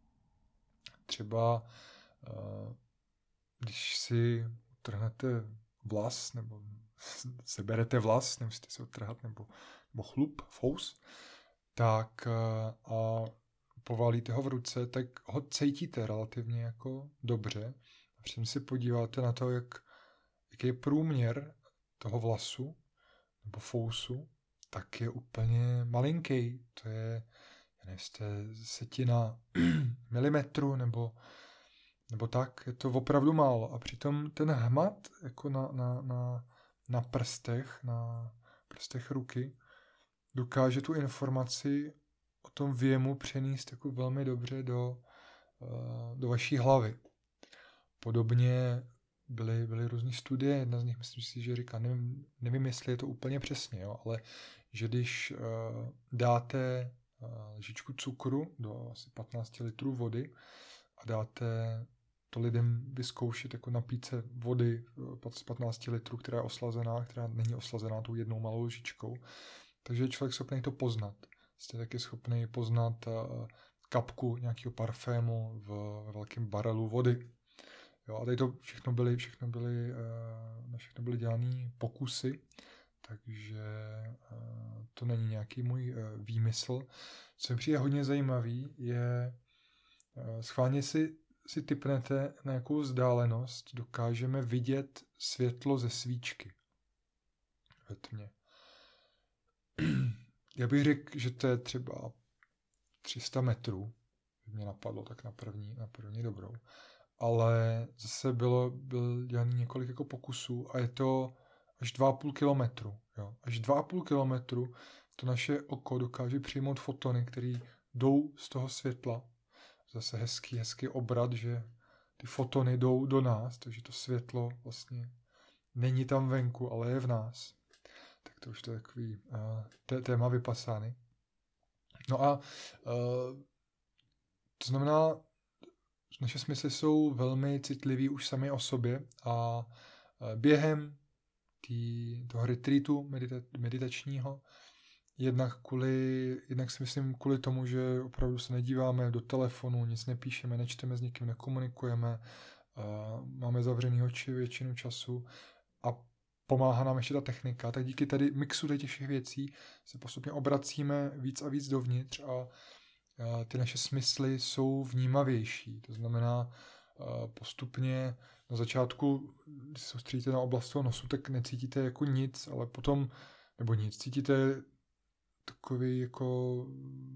Třeba když si utrhnete vlas, nebo seberete vlas, nemusíte si odtrhat, nebo chlup, fous, tak a povalíte ho v ruce, tak ho cítíte relativně jako dobře. A přitom si podíváte na to, jaký je průměr toho vlasu nebo fousu, tak je úplně malinký. To je, nevím, setina milimetru nebo tak. Je to opravdu málo. A přitom ten hmat jako na prstech ruky dokáže tu informaci o tom věmu přenést jako velmi dobře do vaší hlavy. Podobně byly různé studie, jedna z nich myslím si, že říká, nevím jestli je to úplně přesně, jo, ale že když dáte lžičku cukru do asi 15 litrů vody a dáte to lidem vyzkoušet, jako napít se vody z 15 litrů, která je oslazená, která není oslazená tou jednou malou lžičkou, takže je člověk schopný to poznat. Jste taky schopný poznat kapku nějakého parfému ve velkém barelu vody. Jo, a tady to všechno byly dělané pokusy, takže to není nějaký můj výmysl. Co mi přijde hodně zajímavý, je schválně si tipnete, na jakou vzdálenost dokážeme vidět světlo ze svíčky ve tmě. Já bych řekl, že to je třeba 300 metrů, mě napadlo tak na první dobrou. Ale zase byl dělaný několik jako pokusů a je to až 2,5 kilometru. Jo. Až 2,5 kilometru to naše oko dokáže přijmout fotony, které jdou z toho světla. Zase hezký obrat, že ty fotony jdou do nás, takže to světlo vlastně není tam venku, ale je v nás. Tak to už to je takový téma vypasány. No a to znamená, naše smysly jsou velmi citliví už sami o sobě a během toho retreatu meditačního jednak si myslím kvůli tomu, že opravdu se nedíváme do telefonu, nic nepíšeme, nečteme s nikým, nekomunikujeme, máme zavřený oči většinu času a pomáhá nám ještě ta technika, tak díky tady mixu těch všech věcí se postupně obracíme víc a víc dovnitř a ty naše smysly jsou vnímavější. To znamená, postupně na začátku, když se soustředíte na oblast toho nosu, tak necítíte jako nic, ale potom, nebo nic, cítíte takový jako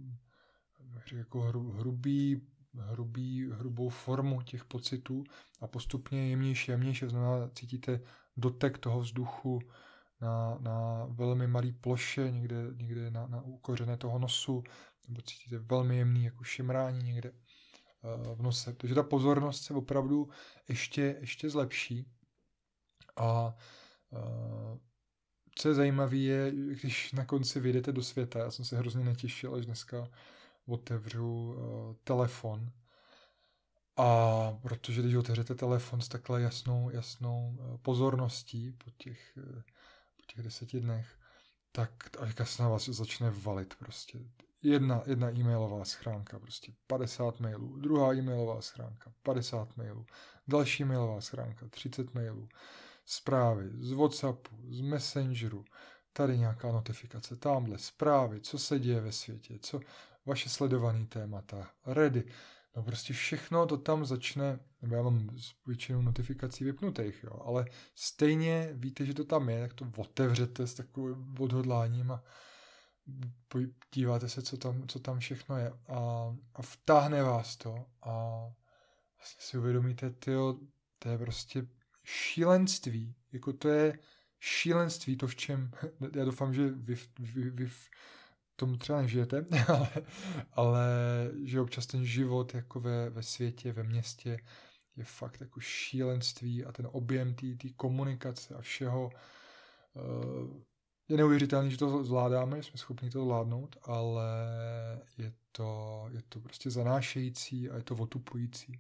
hrubou formu těch pocitů a postupně jemnější, to znamená, cítíte dotek toho vzduchu na velmi malý ploše, někde na kořené toho nosu, nebo cítíte velmi jemný jako šimrání někde v nose. Takže ta pozornost se opravdu ještě zlepší. A co je zajímavé je, když na konci vyjdete do světa, já jsem se hrozně netěšil, až dneska otevřu telefon. A protože když otevřete telefon s takhle jasnou pozorností po těch 10 dnech, tak se na vás začne valit prostě. Jedna e-mailová schránka, prostě 50 mailů, druhá e-mailová schránka, 50 mailů, další e-mailová schránka, 30 mailů, zprávy z WhatsAppu, z Messengeru, tady nějaká notifikace, tamhle zprávy, co se děje ve světě, co vaše sledované témata, Ready, no prostě všechno to tam začne, nebo já mám většinu notifikací vypnutých, jo, ale stejně víte, že to tam je, tak to otevřete s takovým odhodláním a díváte se, co tam všechno je a vtáhne vás to a vlastně si uvědomíte, to je prostě šílenství, jako to je šílenství, to v čem, já doufám, že vy v tom třeba nežijete, ale že občas ten život jako ve světě, ve městě je fakt jako šílenství a ten objem té komunikace a všeho je neuvěřitelné, že to zvládáme, že jsme schopni to zvládnout, ale je to prostě zanášející a je to otupující.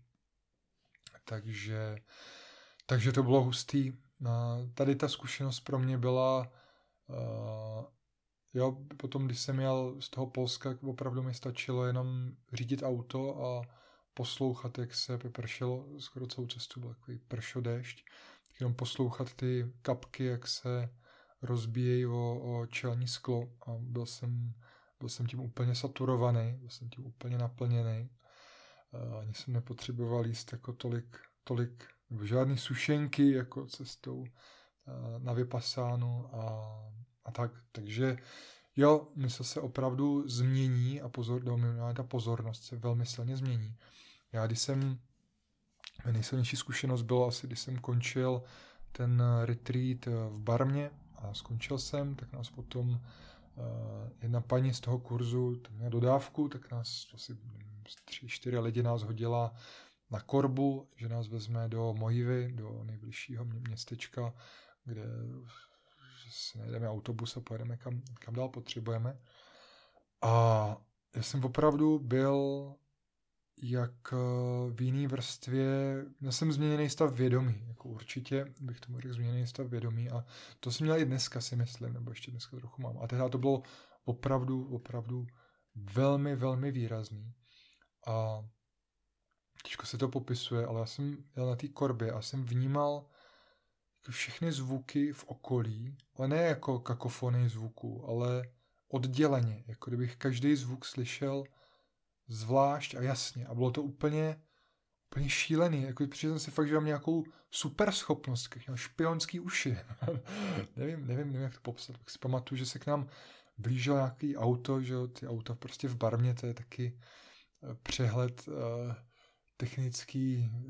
Takže to bylo hustý. Tady ta zkušenost pro mě byla, potom když jsem jel z toho Polska, opravdu mi stačilo jenom řídit auto a poslouchat, jak se pršelo, skoro celou cestu byl takový pršodéšť, jenom poslouchat ty kapky, jak se rozbíjejí o čelní sklo a byl jsem tím úplně saturovaný, byl jsem tím úplně naplněný. Ani jsem nepotřeboval jíst jako tolik nebo žádný sušenky jako cestou na Vipassánu a tak. Takže jo, mysl se opravdu změní a ta pozornost se velmi silně změní. Nejsilnější zkušenost bylo asi, když jsem končil ten retreat v Barmě a skončil jsem, tak nás potom jedna paní z toho kurzu, tak měla dodávku, tak nás asi 3-4 lidi nás hodila na Korbu, že nás vezme do Mojivy, do nejbližšího městečka, kde si najdeme autobus a pojedeme kam dál potřebujeme. A já jsem opravdu byl jak v jiný vrstvě, já jsem změněný stav vědomí, jako určitě bych tomu řekl změněný stav vědomí a to jsem měl i dneska, si myslím, nebo ještě dneska trochu mám. A tehdy to bylo opravdu velmi, velmi výrazný a těžko se to popisuje, ale já jsem jel na té korbě a jsem vnímal všechny zvuky v okolí, ale ne jako kakofony zvuků, ale odděleně, jako kdybych každý zvuk slyšel zvlášť a jasně. A bylo to úplně šílený. Jako přišel jsem si fakt, že mám nějakou super schopnost, měl špionský uši. nevím, jak to popsat. Tak si pamatuju, že se k nám blížilo nějaký auto, že ty auta prostě v Barmě, to je taky přehled technický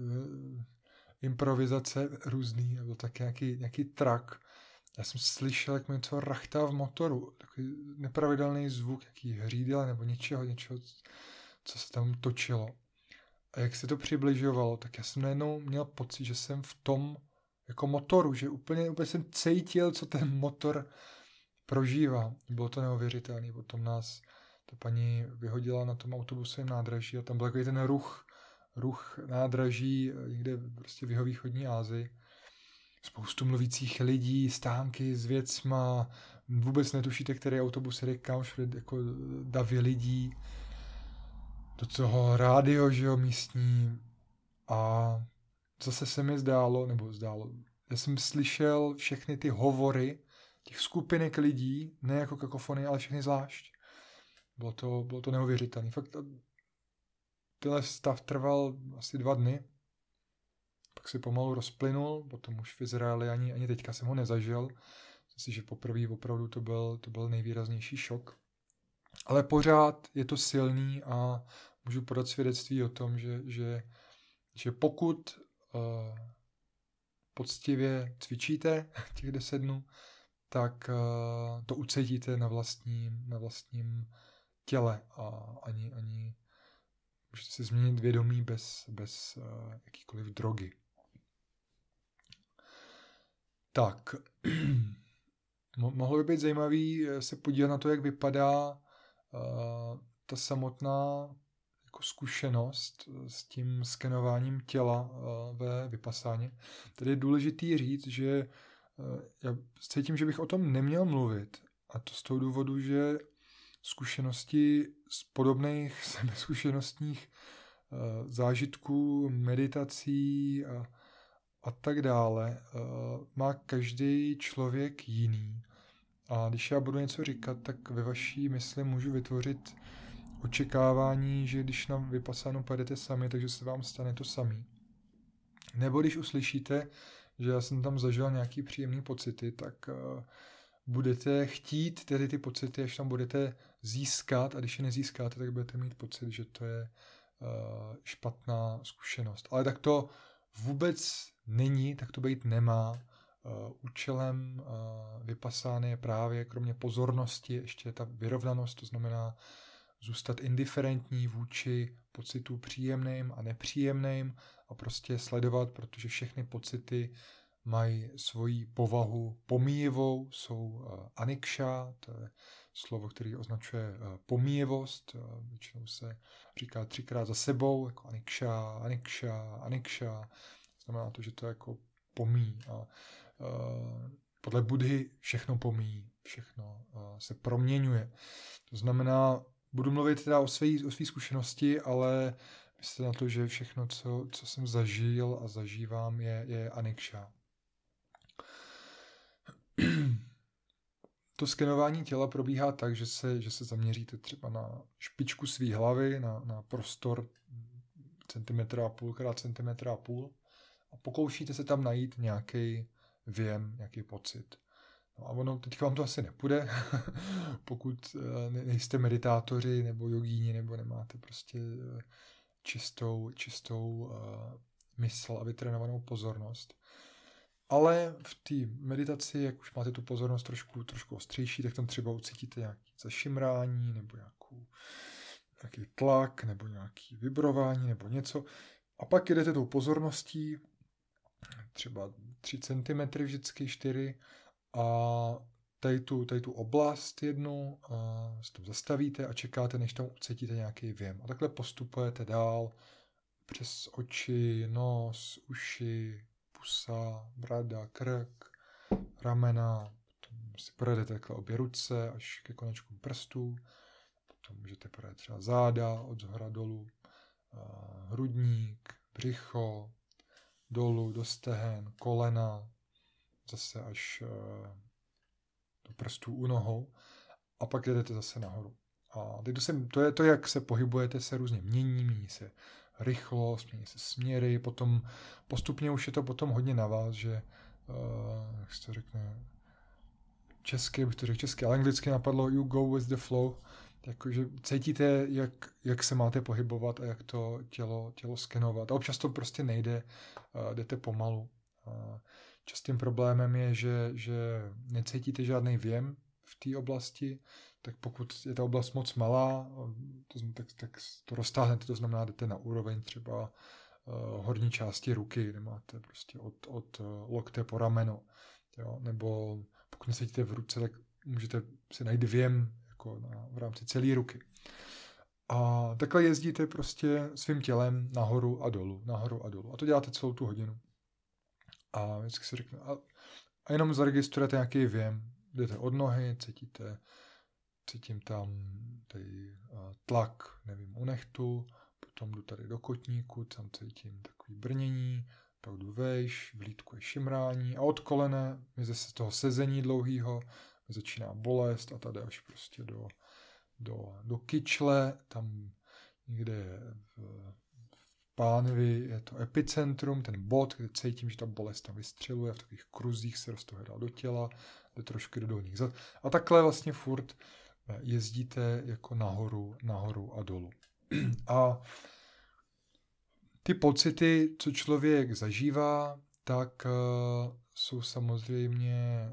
improvizace různý. Byl taky nějaký trak. Já jsem slyšel, jak mi něco rachtá v motoru. Takový nepravidelný zvuk, jaký hřídel nebo něčeho, co se tam točilo. A jak se to přibližovalo, tak já jsem najednou měl pocit, že jsem v tom jako motoru, že úplně jsem cítil, co ten motor prožívá. Bylo to neuvěřitelné. Potom nás ta paní vyhodila na tom autobusovém nádraží a tam byl takový ten ruch nádraží někde prostě v jihovýchodní Asii. Spoustu mluvících lidí, stánky s věcma, vůbec netušíte, který autobus jde kam, všude jako davy lidí, do toho rádio, že jo, místní a zase se mi zdálo, já jsem slyšel všechny ty hovory těch skupinek lidí, ne jako kakofony, ale všechny zvlášť. Bylo to neuvěřitelné. Fakt tenhle stav trval asi 2 dny, pak se pomalu rozplynul, potom už v Izraeli ani teďka jsem ho nezažil. Myslím si, že poprvé opravdu to byl nejvýraznější šok. Ale pořád je to silný a můžu podat svědectví o tom, že pokud poctivě cvičíte těch 10 dnů, tak to ucítíte na vlastním těle a ani můžete si změnit vědomí bez jakýkoliv drogy. Tak, mohlo by být zajímavý se podívat na to, jak vypadá ta samotná jako zkušenost s tím skenováním těla ve Vipassáně. Tady je důležitý říct, že já cítím, že bych o tom neměl mluvit. A to z toho důvodu, že zkušenosti z podobných sebezkušenostních zážitků, meditací a tak dále má každý člověk jiný. A když já budu něco říkat, tak ve vaší mysli můžu vytvořit očekávání, že když na Vipassánu pojedete sami, takže se vám stane to samý. Nebo když uslyšíte, že já jsem tam zažil nějaký příjemný pocity, tak budete chtít tedy ty pocity, až tam budete získat, a když je nezískáte, tak budete mít pocit, že to je špatná zkušenost. Ale tak to vůbec není, tak to být nemá. Účelem Vipassány je právě kromě pozornosti ještě ta vyrovnanost, to znamená zůstat indiferentní vůči pocitů příjemným a nepříjemným a prostě sledovat, protože všechny pocity mají svoji povahu pomíjivou, jsou anikša, to je slovo, který označuje pomíjivost, většinou se říká 3krát za sebou, jako anikša, anikša, anikša, znamená to, že to jako pomíjí. A podle Buddhy všechno pomíjí, všechno se proměňuje. To znamená, budu mluvit teda o své zkušenosti, ale myslím na to, že všechno, co jsem zažil a zažívám, je anikša. To skenování těla probíhá tak, že se zaměříte třeba na špičku své hlavy, na prostor centimetra a půl krát centimetra a půl a pokoušíte se tam najít nějaký věm, nějaký pocit. No a ono, teď vám to asi nepůjde, pokud nejste meditátoři nebo jogíni, nebo nemáte prostě čistou mysl a vytrénovanou pozornost. Ale v té meditaci, jak už máte tu pozornost trošku ostřejší, tak tam třeba ucítíte nějaké zašimrání, nebo nějaký tlak, nebo nějaké vibrování, nebo něco. A pak jedete tou pozorností, třeba 3 cm vždycky, 4, a tady tu oblast jednu se tam zastavíte a čekáte, než tam ucítíte nějaký věm. A takhle postupujete dál přes oči, nos, uši, pusa, brada, krk, ramena, potom si projedete takhle obě ruce až ke konečkům prstů, potom můžete projet třeba záda od zhora dolů, hrudník, břicho, dolů do stehen, kolena, zase až do prstů u nohou a pak jedete zase nahoru. A teď to je to, jak se pohybujete, se různě mění se rychlost, mění se směry, potom postupně už je to potom hodně na vás, že jak se to řekne česky, bych to řekl česky, ale anglicky napadlo you go with the flow, takže cítíte, jak se máte pohybovat a jak to tělo skenovat. A občas to prostě nejde, jdete pomalu. Častým problémem je, že necítíte žádný věm v té oblasti, tak pokud je ta oblast moc malá, tak to roztáhnete, to znamená, jdete na úroveň třeba horní části ruky, nemáte prostě od lokte po rameno. Jo? Nebo pokud necítíte v ruce, tak můžete si najít věm jako v rámci celé ruky. A takhle jezdíte prostě svým tělem nahoru a dolů, nahoru a dolů. A to děláte celou tu hodinu. A vždycky si řekne, a jenom zaregistrujete nějaký věm. Jdete od nohy, cítím tam tady tlak, nevím, u nehtu, potom jdu tady do kotníku, tam cítím takový brnění, pak jdu vejš, v lítku je šimrání a od kolene mi zase z toho sezení dlouhýho mi začíná bolest a tady až prostě do kyčle, tam někde v pánvi je to epicentrum, ten bod, kde cítím, že ta bolest tam vystřeluje, v takových kruzích se roztohledá do těla, jde trošku do dolních zad. A takhle vlastně furt jezdíte jako nahoru a dolů. A ty pocity, co člověk zažívá, tak jsou samozřejmě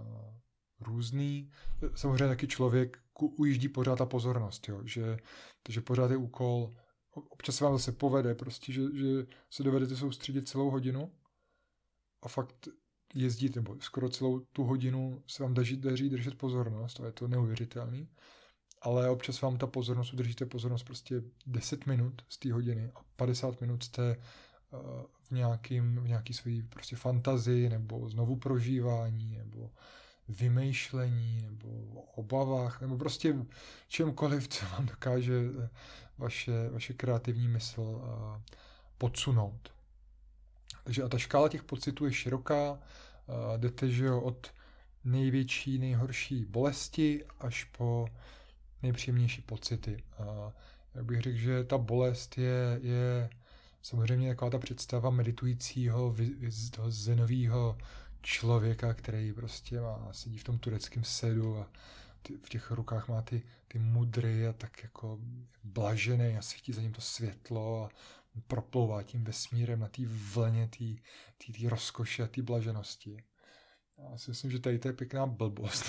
různý. Samozřejmě taky člověk ujíždí pořád ta pozornost, jo? Takže pořád je úkol. Občas se vám zase povede, prostě, že se dovedete soustředit celou hodinu a fakt jezdit, nebo skoro celou tu hodinu se vám daří držet pozornost, a je to neuvěřitelný, ale občas vám ta pozornost, udržíte pozornost prostě 10 minut z té hodiny a 50 minut jste v nějaký své prostě fantazii, nebo znovu prožívání, nebo vymýšlení, nebo obavách, nebo prostě čemkoliv, co vám dokáže vaše kreativní mysl podsunout. Takže a ta škála těch pocitů je široká, jdete, že jo, od největší, nejhorší bolesti až po nejpříjemnější pocity. Já bych řekl, že ta bolest je samozřejmě taková ta představa meditujícího, toho zenového člověka, který prostě sedí v tom tureckém sedu a v těch rukách má ty mudry a tak jako blažený a svítí za ním to světlo a proplouvá tím vesmírem na té vlně té rozkoše a té blaženosti. Já si myslím, že tady to je pěkná blbost.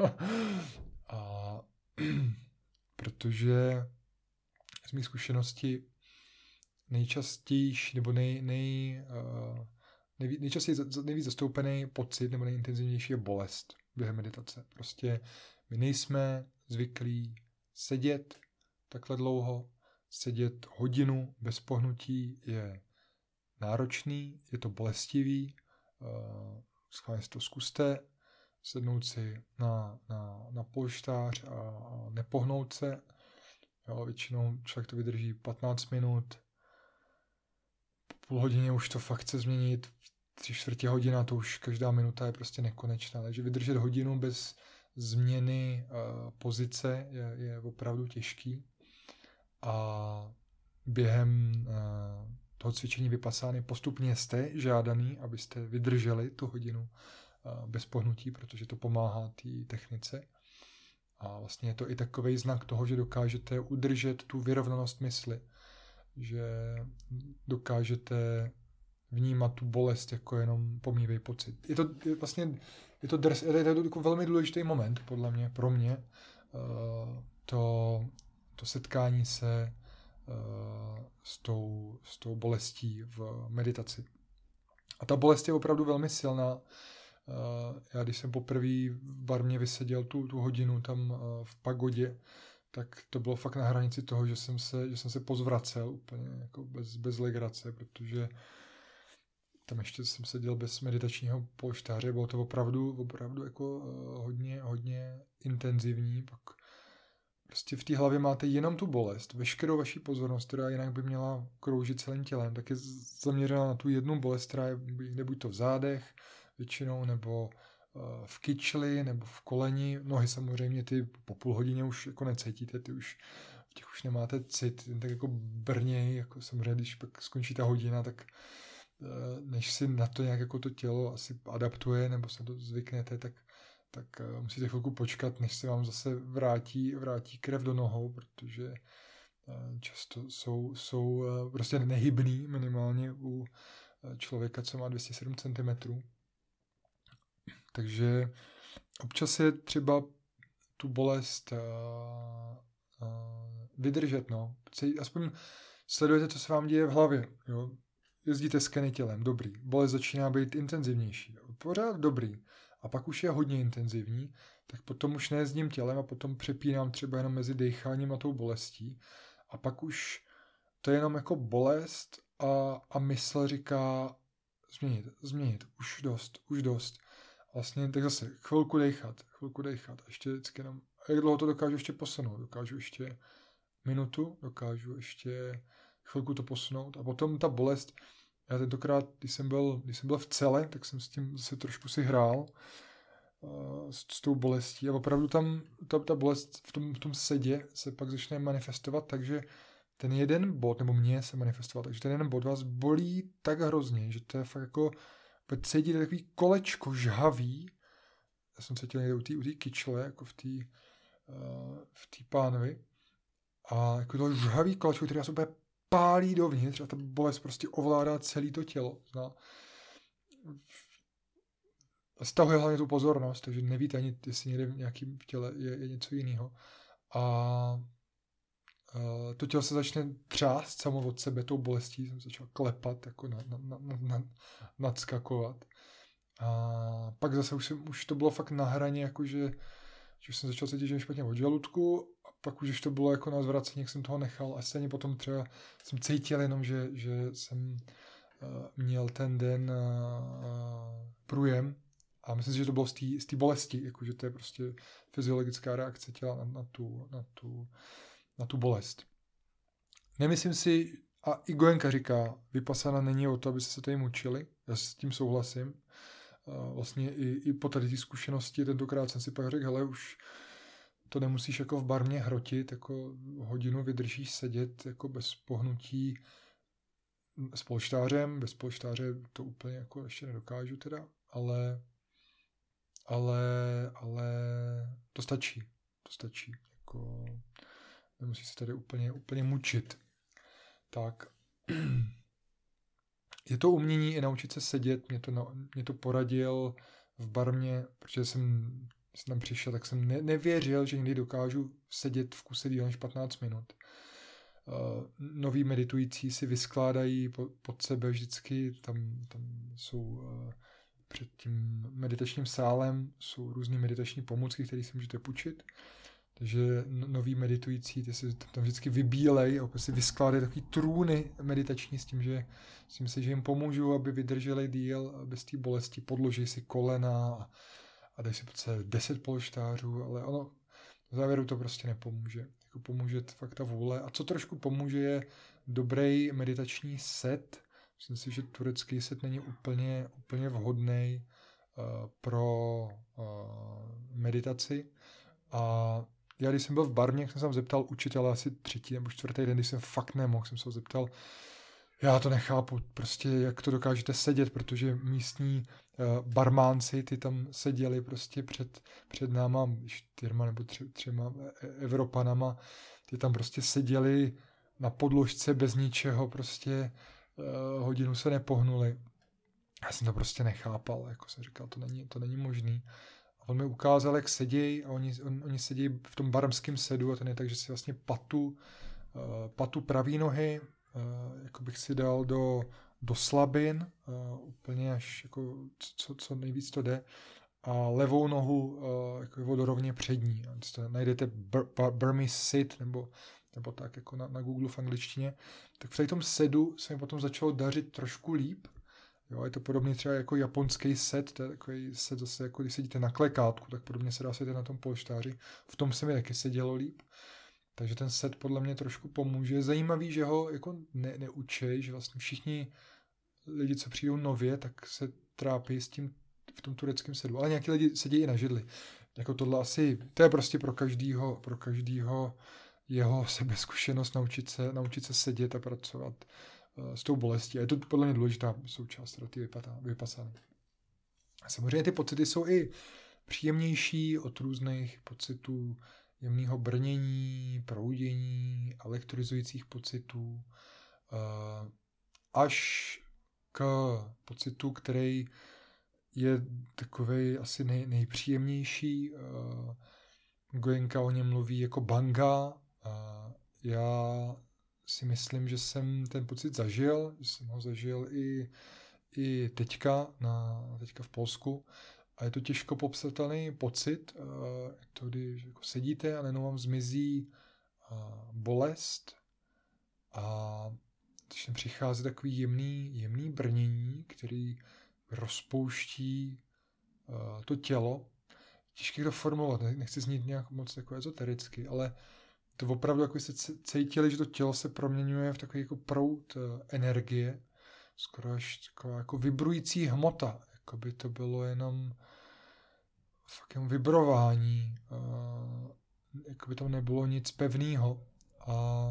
A protože z mých zkušeností nejčastější nebo nejvíc zastoupený pocit nebo nejintenzivnější je bolest během meditace. Prostě my nejsme zvyklí sedět takhle dlouho, sedět hodinu bez pohnutí je náročný, je to bolestivý, schválně si to zkuste, sednout si na polštář a nepohnout se. Jo, většinou člověk to vydrží 15 minut, po půl hodině už to fakt chce změnit, 3/4 hodina, to už každá minuta je prostě nekonečná, takže vydržet hodinu bez změny pozice je opravdu těžký a během toho cvičení vypasány postupně jste žádaný, abyste vydrželi tu hodinu bez pohnutí, protože to pomáhá té technice. A vlastně je to i takovej znak toho, že dokážete udržet tu vyrovnanost mysli, že dokážete vnímat tu bolest jako jenom pomývej pocit. Je to velmi důležitý moment, podle mě, pro mě, to setkání se s tou bolestí v meditaci. A ta bolest je opravdu velmi silná. Já když jsem poprvé v Barmě vyseděl tu hodinu tam v pagodě, tak to bylo fakt na hranici toho, že jsem se pozvracel úplně jako bez legrace, protože tam ještě jsem seděl bez meditačního polštáře, bylo to opravdu jako hodně intenzivní, pak prostě v té hlavě máte jenom tu bolest, veškerou vaši pozornost, která jinak by měla kroužit celým tělem, tak je zaměřena na tu jednu bolest, která je buď to v zádech většinou, nebo v kyčli, nebo v koleni. Nohy samozřejmě ty po půl hodině už jako necítíte, ty už v těch už nemáte cit, tak jako brněj, jako samozřejmě, když pak skončí ta hodina, tak než si na to nějak jako to tělo asi adaptuje, nebo se to zvyknete, tak musíte chvilku počkat, než se vám zase vrátí krev do nohou, protože často jsou prostě nehybný, minimálně u člověka, co má 207 cm. Takže občas je třeba tu bolest vydržet, no. Aspoň sledujete, co se vám děje v hlavě, jo. Jezdíte skeny tělem, dobrý. Bolest začíná být intenzivnější, pořád dobrý. A pak už je hodně intenzivní, tak potom už nejezdím tělem a potom přepínám třeba jenom mezi dýcháním a tou bolestí. A pak už to je jenom jako bolest a mysl říká změnit, už dost. Vlastně tak zase chvilku dejchat. A ještě vždycky jenom, a jak dlouho to dokážu ještě posunout? Dokážu ještě minutu, dokážu ještě chvilku to posunout a potom ta bolest. Já tentokrát, když jsem byl v cele, tak jsem s tím zase trošku si hrál s tou bolestí a opravdu tam ta bolest v tom sedě se pak začne manifestovat, takže ten jeden bod, nebo mě se manifestovat, takže ten jeden bod vás bolí tak hrozně, že to je fakt jako cítíte takový kolečko žhavý. Já jsem cítil někde u té kyčle, jako v té pánvi. A jako to žhavý kolečko, který vás úplně pálí dovnitř a ta bolest prostě ovládá celé to tělo. Stahuje hlavně tu pozornost, takže nevíte ani, jestli někde v nějakém těle je něco jiného. A to tělo se začne třást samo od sebe tou bolestí, jsem začal klepat, jako nadskakovat. A pak zase už to bylo fakt na hraně, jakože že jsem začal cítit, že je špatně od žaludku a pak už to bylo jako na zvracení, jak jsem toho nechal a stejně potom třeba jsem cítil jenom, že jsem měl ten den průjem a myslím si, že to bylo z té bolesti, jakože to je prostě fyziologická reakce těla na tu bolest. Nemyslím si, a i Goenka říká, vipassana není o to, aby se tady mučili, já s tím souhlasím. Vlastně i po tady té zkušenosti tentokrát jsem si pak řekl, hele, už to nemusíš jako v barmě hrotit, jako hodinu vydržíš sedět jako bez pohnutí s polštářem, bez polštáře to úplně jako ještě nedokážu teda, ale to stačí, jako nemusí se tady úplně mučit. Tak. Je to umění i naučit se sedět, mě to poradil v Barmě, protože jsem tam přišel, tak jsem nevěřil, že někdy dokážu sedět v kuse díl než 15 minut. noví meditující si vyskládají pod sebe vždycky, tam jsou před tím meditačním sálem jsou různé meditační pomůcky, které si můžete půjčit. Takže noví meditující, ty si tam vždycky vybílej a si vyskládají takový trůny meditační s tím, že si myslí, že jim pomůžou, aby vydrželi díl bez té bolesti. Podloží si kolena a dají si 10 polštářů, ale ono v závěru to prostě nepomůže. Jako pomůže fakt ta vůle. A co trošku pomůže, je dobrý meditační set. Myslím si, že turecký set není úplně vhodný pro meditaci. A já, když jsem byl v Barmě, jsem se zeptal učitele asi 3. nebo 4. den, když jsem fakt nemohl, jsem se ho zeptal, já to nechápu, prostě jak to dokážete sedět, protože místní barmánci, ty tam seděli prostě před náma 4 nebo 3 Evropanama, ty tam prostě seděli na podložce bez ničeho, prostě hodinu se nepohnuli. Já jsem to prostě nechápal, jako jsem říkal, to není možný. A on mi ukázal, jak sedějí a oni sedějí v tom barmském sedu a ten je tak, že si vlastně patu pravý nohy, jako bych si dal do slabin, úplně až jako co nejvíc to jde, a levou nohu jako vodorovně přední. Najdete Burmese sit nebo tak jako na Google v angličtině. Tak v tom sedu se mi potom začalo dařit trošku líp. Jo, je to podobný třeba jako japonský set, to je takový set zase, jako když sedíte na klekátku, tak podobně se dá sedět na tom polštáři. V tom se mi taky sedělo líp. Takže ten set podle mě trošku pomůže. Je zajímavý, že ho jako neučej, že vlastně všichni lidi, co přijdou nově, tak se trápí s tím v tom tureckém sedu. Ale nějaký lidi sedí i na židli. Jako tohle asi, to je prostě pro každýho jeho sebezkušenost naučit se sedět a pracovat s tou bolestí. A je to podle mě důležitá součást té vypasany. Samozřejmě ty pocity jsou i příjemnější od různých pocitů jemného brnění, proudění, elektrizujících pocitů, až k pocitu, který je takovej asi nejpříjemnější. Goenka o něm mluví jako banga. Já si myslím, že jsem ten pocit zažil, že jsem ho zažil i teďka v Polsku. A je to těžko popsatelný pocit, to když jako sedíte a najednou vám zmizí bolest a když přichází takový jemný brnění, který rozpouští to tělo. Těžké to formulovat, nechci znít nějak moc jako ezotericky, ale to opravdu jako se cítili, že to tělo se proměňuje v takový jako proud energie, skoro až taková jako vibrující hmota, jako by to bylo jenom fakt vibrování, jako by tam nebylo nic pevného a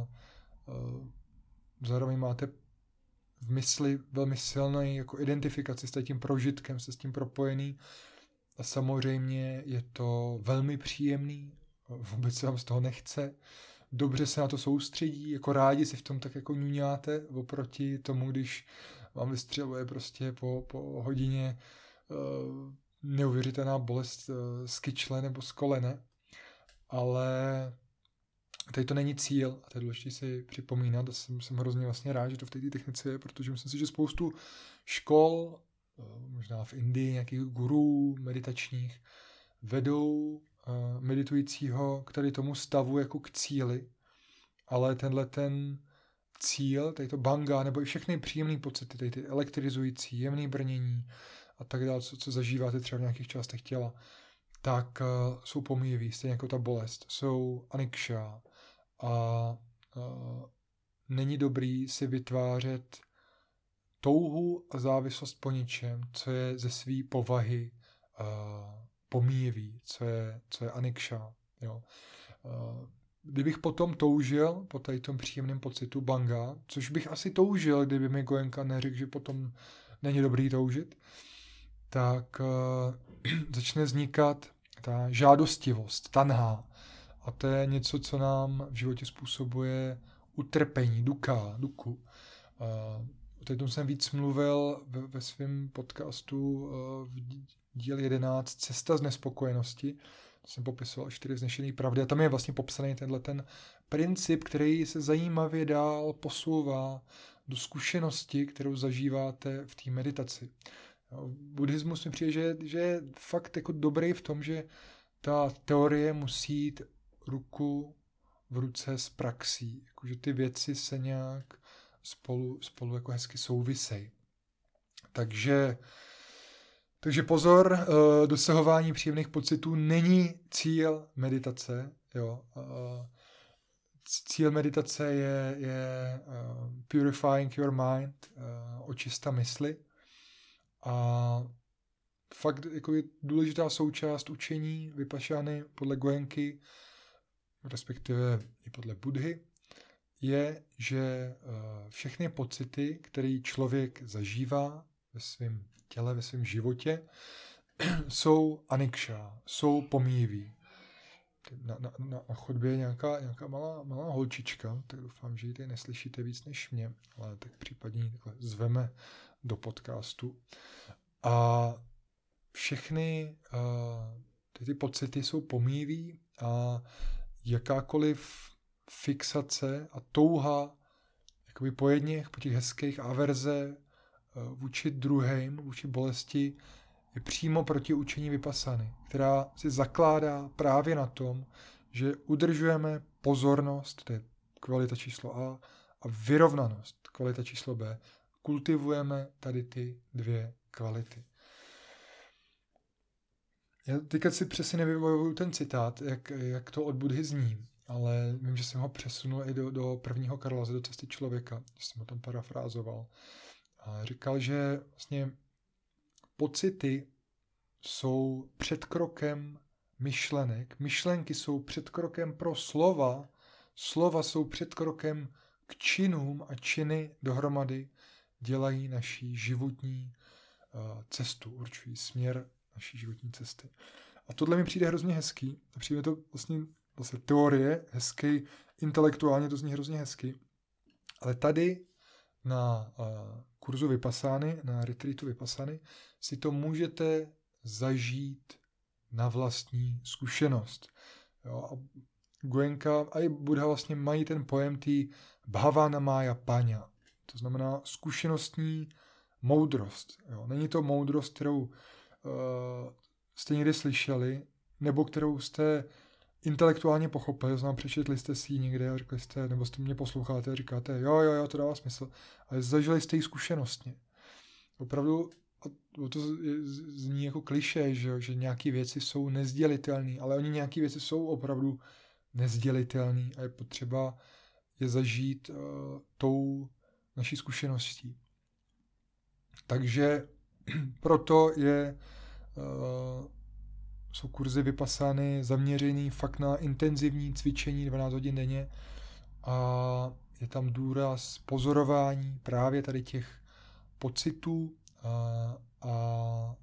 zároveň máte v mysli velmi silnou jako identifikaci s tím prožitkem, se s tím propojený a samozřejmě je to velmi příjemný, vůbec se vám z toho nechce, dobře se na to soustředí, jako rádi si v tom tak jako ňuňáte oproti tomu, když vám vystřeluje prostě po hodině neuvěřitelná bolest z kyčle nebo z kolene, ale tady to není cíl a to je důležité si připomínat a jsem hrozně vlastně rád, že to v té technice je, protože myslím si, že spoustu škol, možná v Indii nějakých gurů meditačních, vedou meditujícího k tady tomu stavu jako k cíli, ale ten cíl, tady to banga, nebo i všechny příjemné pocity, tady ty elektrizující, jemný brnění a tak dále, co zažíváte třeba v nějakých částech těla, tak jsou pomíjivý, stejně jako ta bolest. Jsou anikša a není dobrý si vytvářet touhu a závislost po něčem, co je ze své povahy pomíjivý, co je anikša. Jo. Kdybych potom toužil po tady tom příjemném pocitu banga, což bych asi toužil, kdyby mi Goenka neřekl, že potom není dobrý toužit, tak začne vznikat ta žádostivost, tanha. A to je něco, co nám v životě způsobuje utrpení, duku. O tom jsem víc mluvil ve svém podcastu v díl 11 Cesta z nespokojenosti. jsem popisoval 4 vznešené pravdy a tam je vlastně popsaný tenhle ten princip, který se zajímavě dál posouvá do zkušenosti, kterou zažíváte v té meditaci. Buddhismus mi přijde, že je fakt jako dobrý v tom, že ta teorie musí jít ruku v ruce s praxí, jakože ty věci se nějak spolu jako hezky souvisejí. Takže pozor, dosahování příjemných pocitů není cíl meditace. Jo. Cíl meditace je purifying your mind, očista mysli. A fakt jako je důležitá součást učení vipašány podle Goenky, respektive i podle Buddhy, je, že všechny pocity, které člověk zažívá ve svém těle, ve svém životě, jsou anikša, jsou pomíjivý. Na chodbě je nějaká malá holčička, tak doufám, že ji tady neslyšíte víc než mě, ale tak případně zveme do podcastu. A všechny ty pocity jsou pomíjivý a jakákoliv fixace a touha jakoby po těch hezkých averze vůči druhým, vůči bolesti, je přímo proti učení vipassany, která si zakládá právě na tom, že udržujeme pozornost, to je kvalita číslo A vyrovnanost, kvalita číslo B. Kultivujeme tady ty 2 kvality. Já teďka si přesně nevybavuju ten citát, jak to od Buddhy zní, ale vím, že jsem ho přesunul i do prvního Karla, do cesty člověka, že jsem ho tam parafrázoval. A říkal, že vlastně pocity jsou předkrokem myšlenek, myšlenky jsou předkrokem pro slova, slova jsou předkrokem k činům a činy dohromady dělají naší životní cestu, určují směr naší životní cesty. A tohle mi přijde hrozně hezký. Přijde to vlastně teorie, hezký, intelektuálně to zní hrozně hezky. Ale tady na kurzu Vipassány, na retreatu Vipassány, si to můžete zažít na vlastní zkušenost. Jo, a Goenka a i Buddha vlastně mají ten pojem tý bhavana maya paňa. To znamená zkušenostní moudrost. Jo. Není to moudrost, kterou jste někdy slyšeli, nebo kterou jste intelektuálně pochopili, to znamená, přečetli jste si ji někde a řekli jste, nebo jste mě posloucháte a říkáte, jo, to dává smysl. Ale zažili jste ji zkušenostně. Opravdu, to zní jako klišé, že nějaké věci jsou nezdělitelné, ale oni nějaké věci jsou opravdu nezdělitelné a je potřeba je zažít tou naší zkušeností. Takže proto jsou kurzy Vipassány zaměřený fakt na intenzivní cvičení 12 hodin denně a je tam důraz pozorování právě tady těch pocitů a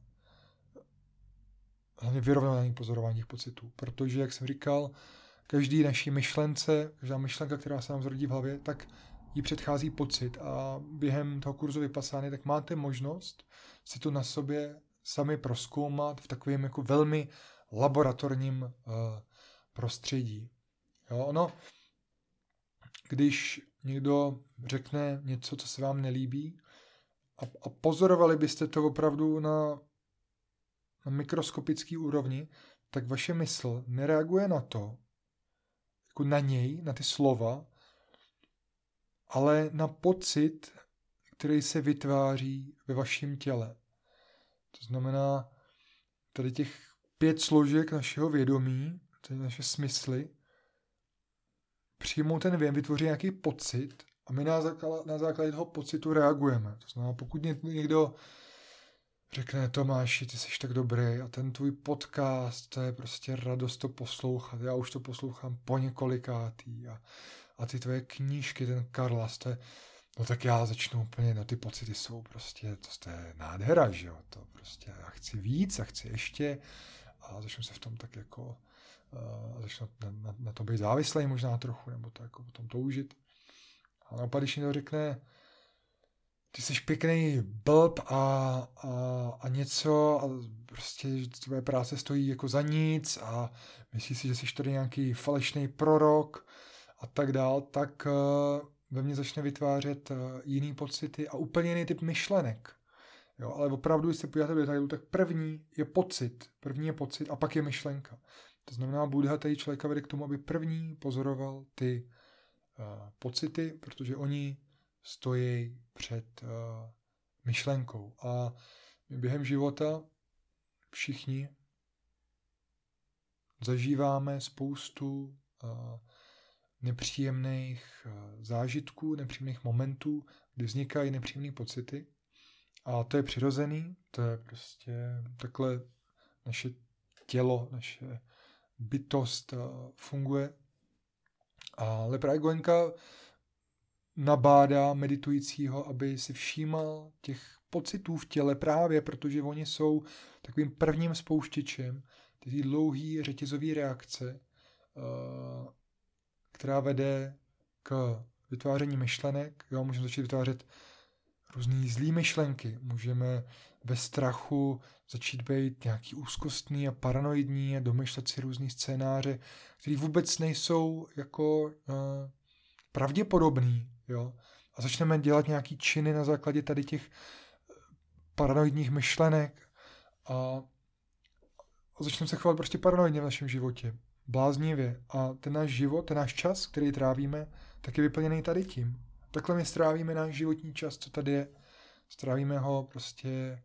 hlavně vyrovnání pozorování těch pocitů. Protože, jak jsem říkal, každý naší myšlence, každá myšlenka, která se nám zrodí v hlavě, tak jí předchází pocit a během toho kurzu Vipassány tak máte možnost si to na sobě sami prozkoumat v takovém jako velmi laboratorním prostředí. Jo, když někdo řekne něco, co se vám nelíbí a pozorovali byste to opravdu na mikroskopický úrovni, tak vaše mysl nereaguje na to, jako na něj, na ty slova, ale na pocit, který se vytváří ve vašem těle. To znamená, tady těch 5 složek našeho vědomí, tedy naše smysly, přijmou ten věm, vytvoří nějaký pocit a my na základě toho pocitu reagujeme. To znamená, pokud někdo řekne, Tomáši, ty jsi tak dobrý a ten tvůj podcast, to je prostě radost to poslouchat. Já už to poslouchám po několikátý a ty tvoje knížky, ten Karlas, to je, no tak já začnu úplně, ty pocity jsou prostě, to je nádhera, že jo, to prostě já chci víc a chci ještě a začnu se v tom tak jako, začnu na to být závislý možná trochu, nebo to jako potom toužit. A naopak, když někdo řekne, ty jsi pěkný blb a něco a prostě tvoje práce stojí jako za nic a myslíš si, že jsi tady nějaký falešný prorok a tak dál, tak ve mně začne vytvářet jiný pocity a úplně jiný typ myšlenek. Jo, ale opravdu, když se podíváte do detailu, tak první je pocit a pak je myšlenka. To znamená, Buddha tady člověka vede k tomu, aby první pozoroval ty pocity, protože oni stojí před myšlenkou. A během života všichni zažíváme spoustu nepříjemných zážitků, nepříjemných momentů, kdy vznikají nepříjemné pocity. A to je přirozený, to je prostě takhle naše tělo, naše bytost funguje. Ale právě Goenka nabádá meditujícího, aby si všímal těch pocitů v těle právě, protože oni jsou takovým prvním spouštěčem té dlouhé řetězové reakce, která vede k vytváření myšlenek. Jo, můžeme začít vytvářet různý zlý myšlenky. Můžeme ve strachu začít být nějaký úzkostný a paranoidní a domýšlet si různý scénáře, které vůbec nejsou jako pravděpodobný. Jo? A začneme dělat nějaký činy na základě tady těch paranoidních myšlenek a začneme se chovat prostě paranoidně v našem životě. Bláznivě. A ten náš život, ten náš čas, který trávíme, tak je vyplněný tady tím. Takhle my strávíme náš životní čas, co tady je. Strávíme ho prostě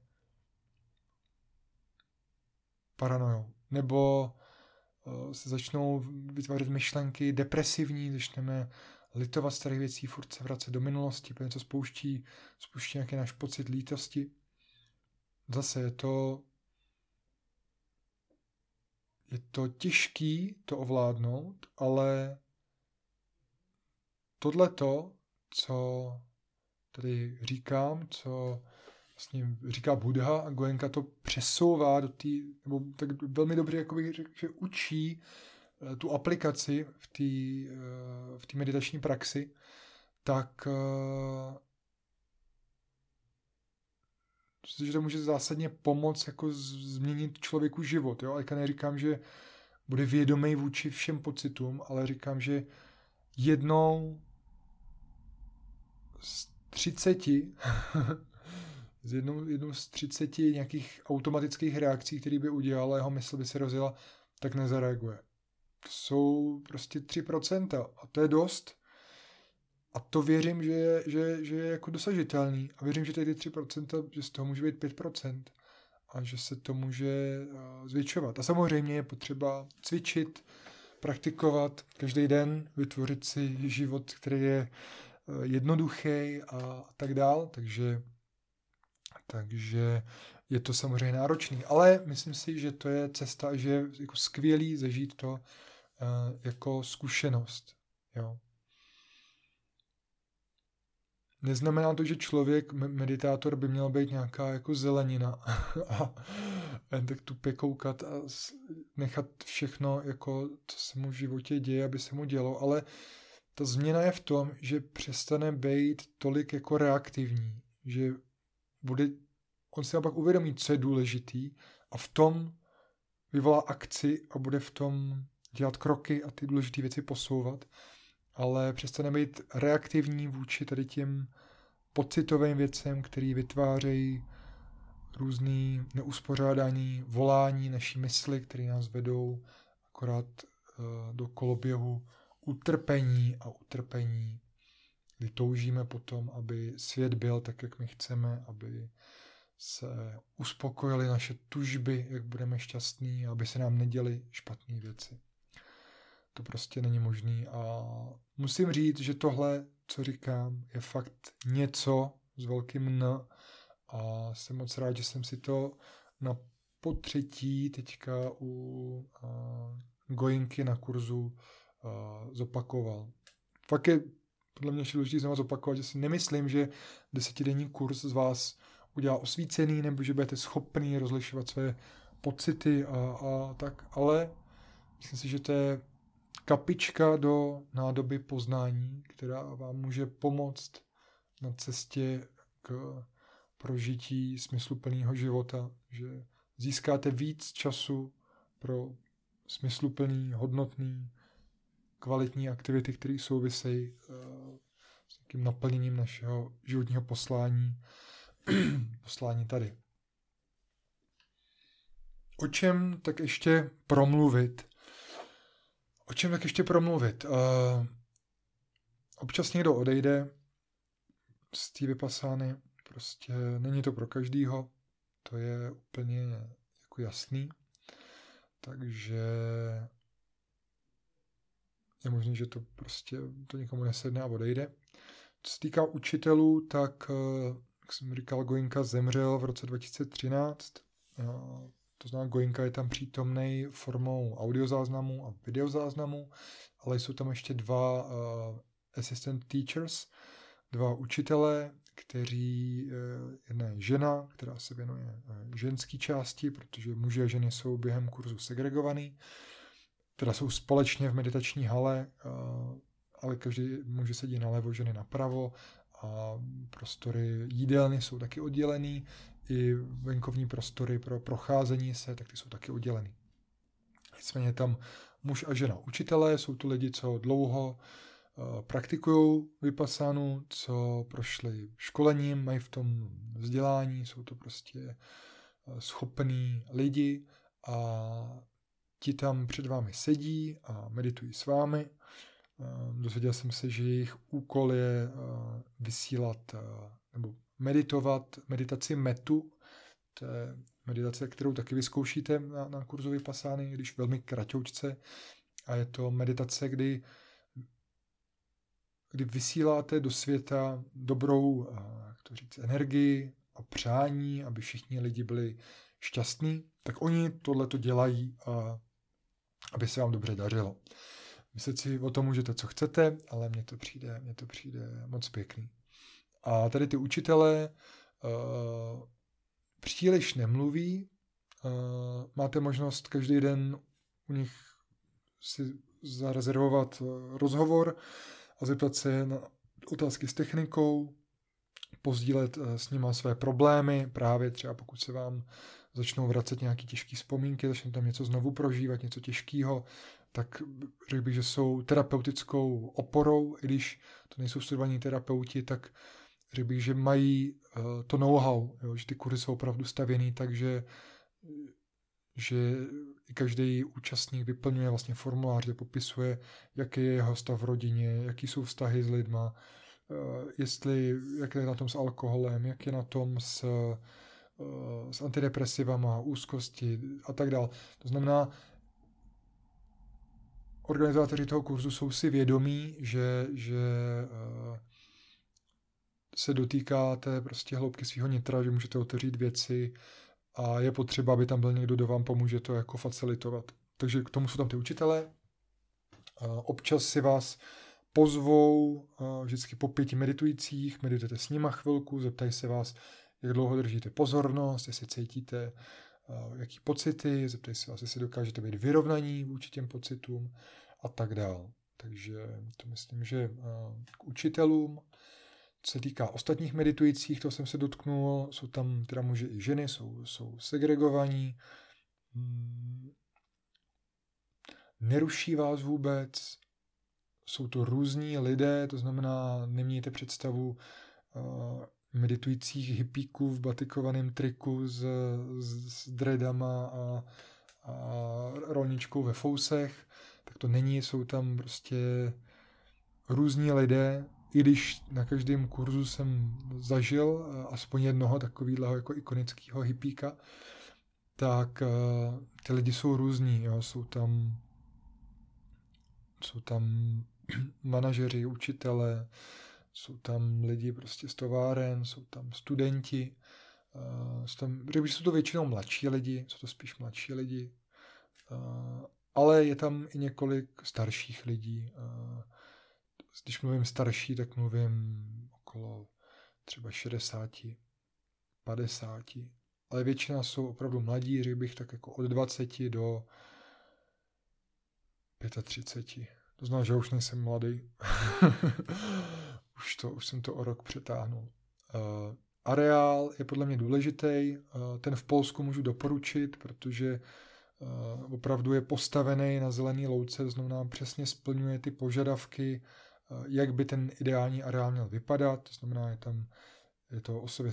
paranojou. Nebo se začnou vytvářet myšlenky depresivní, začneme litovat starých věcí, furt se vracet do minulosti, protože něco spouští nějaký náš pocit lítosti. Zase je to těžký to ovládnout, ale tohleto, co tady říkám, co vlastně říká Buddha a Goenka to přesouvá do té, nebo tak velmi dobře, jako bych řekl, že učí tu aplikaci v té meditační praxi, tak že to může zásadně pomoct jako změnit člověku život. Jo? Ale neříkám, že bude vědomý vůči všem pocitům, ale říkám, že jednou z 30 jednou z 30 nějakých automatických reakcí, které by udělala, jeho mysl by se rozjela, tak nezareaguje. To jsou prostě 3% a to je dost. A to věřím, že je jako dosažitelný. A věřím, že tady ty 3%, že z toho může být 5% a že se to může zvětšovat. A samozřejmě je potřeba cvičit, praktikovat každý den, vytvořit si život, který je jednoduchý a tak dál. Takže je to samozřejmě náročný. Ale myslím si, že to je cesta, že je jako skvělý zažít to jako zkušenost. Jo. Neznamená to, že člověk, meditátor, by měl být nějaká jako zelenina a tak tupě koukat a nechat všechno, jako, co se mu v životě děje, aby se mu dělo, ale ta změna je v tom, že přestane být tolik jako reaktivní, že on si naopak uvědomí, co je důležitý a v tom vyvolá akci a bude v tom dělat kroky a ty důležité věci posouvat, ale přestane být reaktivní vůči tady těm pocitovým věcem, který vytvářejí různý neuspořádání, volání naší mysli, které nás vedou akorát do koloběhu utrpení, kdy toužíme potom, aby svět byl tak, jak my chceme, aby se uspokojily naše tužby, jak budeme šťastní, aby se nám neděly špatné věci. To prostě není možný a musím říct, že tohle, co říkám, je fakt něco s velkým N a jsem moc rád, že jsem si to na potřetí teďka u Goenky na kurzu zopakoval. Fakt je podle mě důležité znovu zopakovat, že si nemyslím, že 10denní kurz z vás udělá osvícený, nebo že budete schopný rozlišovat své pocity a tak, ale myslím si, že to je kapička do nádoby poznání, která vám může pomoct na cestě k prožití smysluplného života, že získáte víc času pro smysluplný, hodnotný, kvalitní aktivity, které souvisejí s takým naplněním našeho životního poslání, poslání tady. O čem tak ještě promluvit? Občas někdo odejde z té vypasány, prostě není to pro každýho, to je úplně jako jasný, takže je možné, že to prostě to někomu nesedne a odejde. Co se týká učitelů, tak, jak jsem říkal, Goenka zemřel v roce 2013. To znamená, Goenka je tam přítomnej formou audiozáznamu a videozáznamu, ale jsou tam ještě dva assistant teachers, dva učitelé, kteří, jedna je žena, která se věnuje ženské části, protože muži a ženy jsou během kurzu segregovaný, teda jsou společně v meditační hale, ale každý muži sedí nalevo, ženy napravo a prostory jídelny jsou taky oddělený, i venkovní prostory pro procházení se, tak ty jsou taky oddělený. Nicméně tam muž a žena učitelé, jsou tu lidi, co dlouho praktikují vypasánu, co prošli školením, mají v tom vzdělání, jsou to prostě schopní lidi a ti tam před vámi sedí a meditují s vámi. Dozvěděl jsem se, že jejich úkol je vysílat nebo meditovat meditaci metu. To je meditace, kterou taky vyzkoušíte na kurzu vypasány, když velmi kratoučce. A je to meditace, kdy vysíláte do světa dobrou, jak to říct, energii a přání, aby všichni lidi byli šťastní. Tak oni tohleto dělají, aby se vám dobře dařilo. Myslet si o tom můžete, co chcete, ale mně to přijde moc pěkný. A tady ty učitelé příliš nemluví. Máte možnost každý den u nich si zarezervovat rozhovor a zeptat se na otázky s technikou, pozdílet s nima své problémy, právě třeba pokud se vám začnou vracet nějaké těžké vzpomínky, začnou tam něco znovu prožívat, něco těžkého, tak řekl bych, že jsou terapeutickou oporou, i když to nejsou studovaní terapeuti, tak řekl bych, že mají to know-how, jo, že ty kurzy jsou opravdu stavěný, takže že každý účastník vyplňuje vlastně formulář, kde popisuje, jaký je jeho stav v rodině, jaký jsou vztahy s lidma, jak je na tom s alkoholem, jak je na tom s antidepresivama, úzkosti a tak dále. To znamená, organizátoři toho kurzu jsou si vědomí, že se dotýkáte prostě hloubky svého nitra, že můžete otevřít věci a je potřeba, aby tam byl někdo, kdo vám pomůže to jako facilitovat. Takže k tomu jsou tam ty učitelé. Občas si vás pozvou vždycky po 5 meditujících, meditujete s nima chvilku, zeptají se vás, jak dlouho držíte pozornost, jestli cítíte jaký pocity, zeptají se vás, jestli dokážete být vyrovnaní vůči těm pocitům a tak dál. Takže to myslím, že k učitelům. Co se týká ostatních meditujících, to jsem se dotknul, jsou tam teda muži i ženy, jsou segregovaní, neruší vás vůbec, jsou to různí lidé, to znamená, nemějte představu meditujících hippíků v batikovaném triku s dreadama a rolničkou ve fousech, tak to není, jsou tam prostě různí lidé, i když na každém kurzu jsem zažil aspoň jednoho takového jako ikonického hippíka, tak ty lidi jsou různí, jo. Jsou tam manažeři, učitelé, jsou tam lidi prostě z továren, jsou tam studenti, jsou to většinou mladší lidi, jsou to spíš mladší lidi, ale je tam i několik starších lidí. Když mluvím starší, tak mluvím okolo třeba 60, 50, ale většina jsou opravdu mladí, řekl bych tak jako od 20 do 35. To znamená, že už nejsem mladý. Už jsem to o rok přetáhnul. areál je podle mě důležitý. Ten v Polsku můžu doporučit, protože opravdu je postavený na zelený louce, to znamená přesně splňuje ty požadavky, jak by ten ideální areál měl vypadat, to znamená je to osově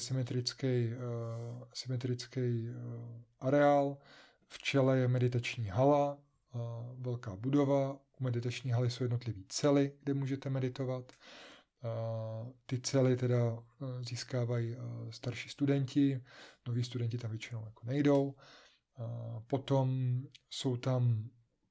symetrický areál, v čele je meditační hala, velká budova, u meditační haly jsou jednotlivý cely, kde můžete meditovat. Ty cely teda získávají starší studenti, noví studenti tam většinou jako nejdou. Potom jsou tam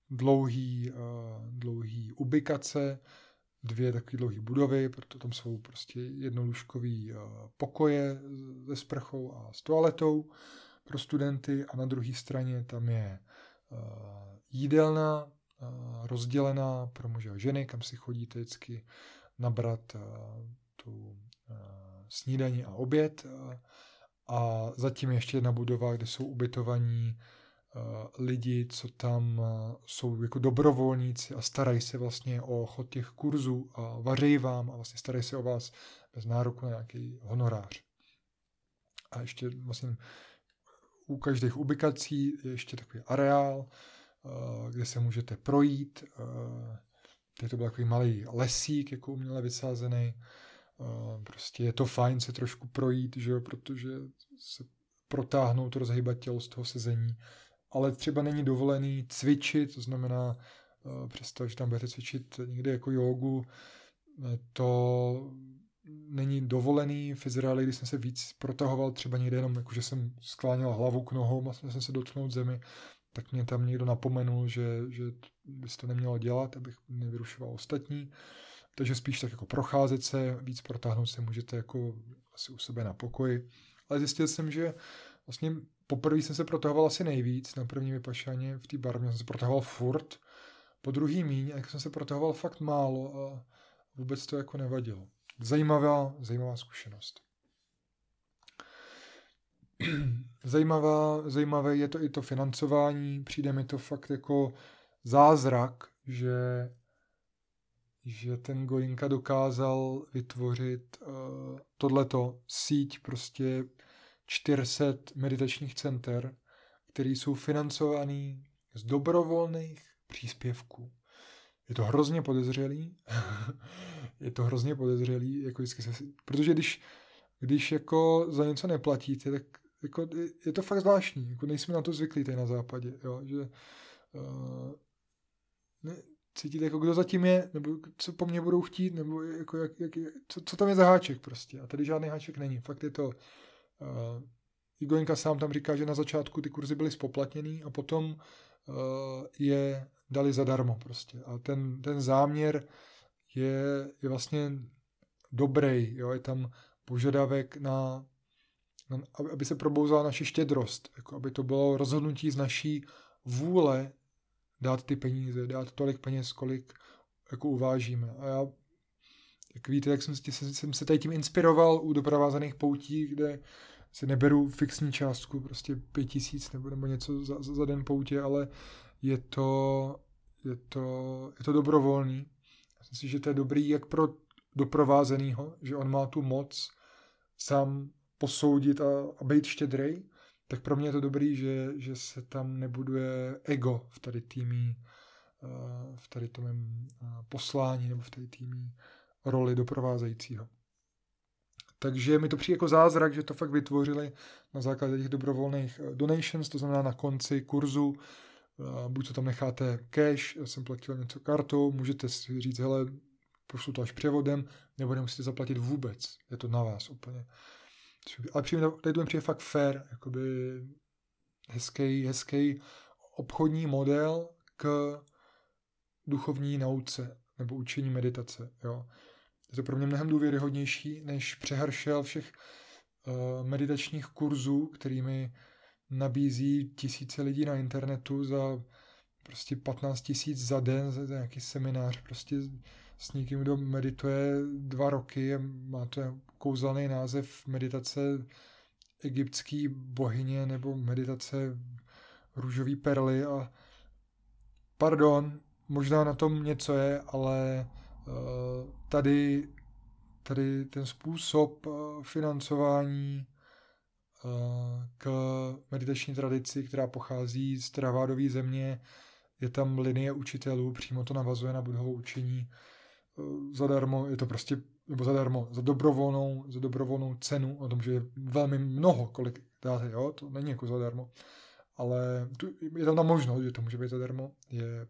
dlouhý ubikace, 2 takové dlouhé budovy, proto tam jsou prostě jednolůžkový pokoje se sprchou a s toaletou pro studenty a na druhé straně tam je jídelna rozdělená pro muže a ženy, kam si chodíte vždycky nabrat tu snídani a oběd. A zatím ještě jedna budova, kde jsou ubytovaní lidi, co tam jsou jako dobrovolníci a starají se vlastně o chod těch kurzů a vaří vám a vlastně starají se o vás bez nároku na nějaký honorář. A ještě vlastně u každých ubikací je ještě takový areál, kde se můžete projít. Je to byl takový malý lesík, jako uměle vysázený. Prostě je to fajn se trošku projít, že jo, protože se protáhnout, rozhýbat tělo z toho sezení. Ale třeba není dovolený cvičit, to znamená představ, že tam budete cvičit někde jako jógu, to není dovolený. V Izraeli, když jsem se víc protahoval, třeba někde jenom, jako, že jsem skláněl hlavu k nohou a jsem se dotknout zemi, tak mě tam někdo napomenul, že bys to nemělo dělat, abych nevyrušoval ostatní. Takže spíš tak jako procházet se, víc protáhnout se můžete jako asi u sebe na pokoji. Ale zjistil jsem, že vlastně poprvé jsem se protahoval asi nejvíc, na první vypašaně v té barmě jsem se protahoval furt, po druhý míň, a jak jsem se protahoval fakt málo a vůbec to jako nevadilo. Zajímavá zkušenost. Zajímavé je to i to financování, přijde mi to fakt jako zázrak, že ten Goenka dokázal vytvořit tohleto síť prostě 400 meditačních center, které jsou financovaný z dobrovolných příspěvků. Je to hrozně podezřelý. Jako protože když jako za něco neplatíte, tak jako je to fakt zvláštní. Jako nejsme na to zvyklí tady na západě. Jo? Že, cítíte, jako kdo zatím je, nebo co po mně budou chtít, nebo jako co tam je za háček prostě. A tady žádný háček není. Fakt je to... Goenka sám tam říká, že na začátku ty kurzy byly spoplatněný a potom je dali zadarmo prostě. A ten záměr je vlastně dobrý. Jo? Je tam požadavek aby se probouzala naše štědrost. Jako aby to bylo rozhodnutí z naší vůle dát ty peníze, dát tolik peněz, kolik jako uvážíme. A já, jak víte, jak jsem se tady tím inspiroval u doprovázaných poutí, kde si neberu fixní částku, prostě 5 000 nebo něco za den poutě, ale je to dobrovolný. Myslím si, že to je dobrý jak pro doprovázenýho, že on má tu moc sám posoudit a být štědrej, tak pro mě je to dobrý, že se tam nebuduje ego v tady tom poslání nebo v tady týmí roli doprovázejícího. Takže mi to přijde jako zázrak, že to fakt vytvořili na základě těch dobrovolných donations, to znamená na konci kurzu, buď to tam necháte cash, já jsem platil něco kartou, můžete si říct, hele, pošlu to až převodem, nebo nemusíte zaplatit vůbec, je to na vás úplně. Ale tady to mi přijde fakt fair, jakoby hezký obchodní model k duchovní nauce nebo učení meditace. Jo. Je to pro mě mnohem důvěryhodnější, než přehršel všech meditačních kurzů, kterými nabízí tisíce lidí na internetu za prostě 15 000 za den, za nějaký seminář, prostě s někým, kdo medituje 2 roky a má to kouzelný název meditace egyptský bohyně nebo meditace růžový perly a pardon, možná na tom něco je, ale tady tady ten způsob financování k meditační tradici, která pochází z Theravádové země, je tam linie učitelů, přímo to navazuje na Buddhovo učení zadarmo, je to prostě, nebo zadarmo, za dobrovolnou cenu, o tom, že je velmi mnoho, kolik dáte, jo, to není jako zadarmo, ale je tam ta možnost, že to může být zadarmo, je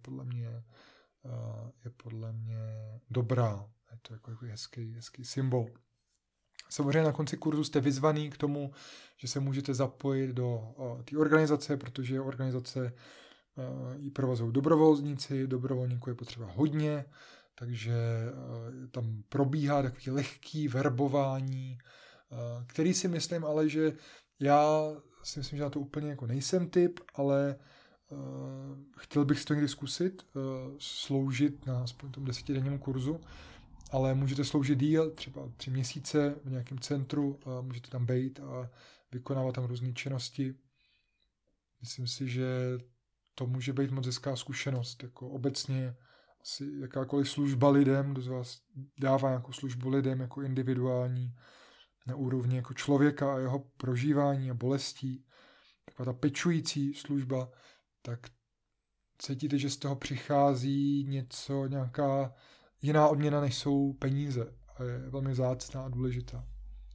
podle mě dobrá, je to jako hezký symbol. Samozřejmě na konci kurzu jste vyzvaný k tomu, že se můžete zapojit do té organizace, protože organizace ji provozují dobrovolníků je potřeba hodně, takže tam probíhá takový lehký verbování, který si myslím ale, že já si myslím, že na to úplně jako nejsem typ, ale chtěl bych si to někdy zkusit, sloužit na aspoň tom 10denním kurzu, ale můžete sloužit díl, třeba 3 měsíce v nějakém centru, můžete tam být a vykonávat tam různé činnosti. Myslím si, že to může být moc hezká zkušenost, jako obecně asi jakákoliv služba lidem, kdo z vás dává nějakou službu lidem jako individuální, na úrovni jako člověka a jeho prožívání a bolestí, taková ta pečující služba, tak cítíte, že z toho přichází nějaká jiná odměna, než jsou peníze. A je velmi vzácná a důležitá.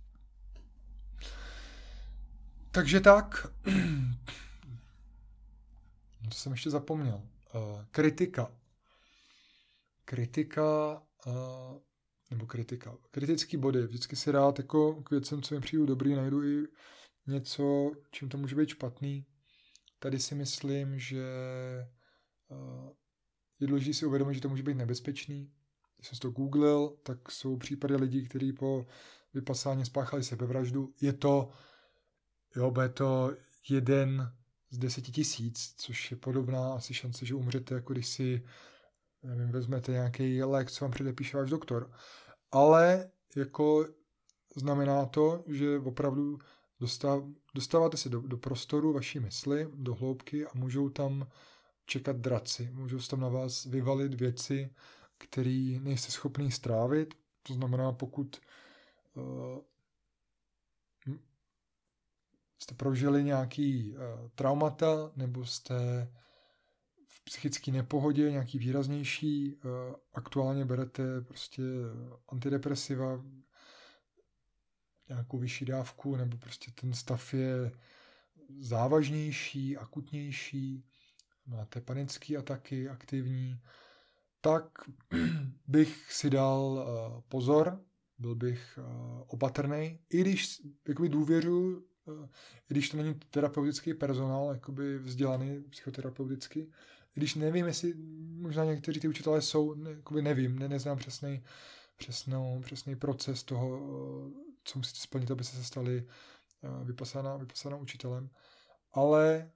Takže tak. To jsem ještě zapomněl. Kritika. Kritický body. Vždycky si rád jako k věcem, co mi přijdu dobrý, najdu i něco, čím to může být špatný. Tady si myslím, že je důležité si uvědomit, že to může být nebezpečný. Když jsem to googlil, tak jsou případy lidí, kteří po vypasáně spáchali sebevraždu. Bude to 1 z 10 000, což je podobná asi šance, že umřete, jako když si vezmete nějaký lék, co vám předepíše váš doktor. Ale jako znamená to, že opravdu dostáváte se do prostoru vaší mysli, do hloubky a můžou tam čekat draci. Můžou se tam na vás vyvalit věci, který nejste schopný strávit. To znamená, pokud jste prožili nějaký traumata, nebo jste v psychické nepohodě, nějaký výraznější, aktuálně berete prostě antidepresiva, nějakou vyšší dávku, nebo prostě ten stav je závažnější, akutnější, máte panické ataky aktivní, tak bych si dal pozor, byl bych opatrnej, i když jakoby důvěřuji, i když to není terapeutický personál, jakoby vzdělaný psychoterapeuticky, i když nevím, jestli možná někteří ty učitelé jsou, jakoby nevím, neznám přesný proces toho, co musíte splnit, aby se stali vypasána učitelem, ale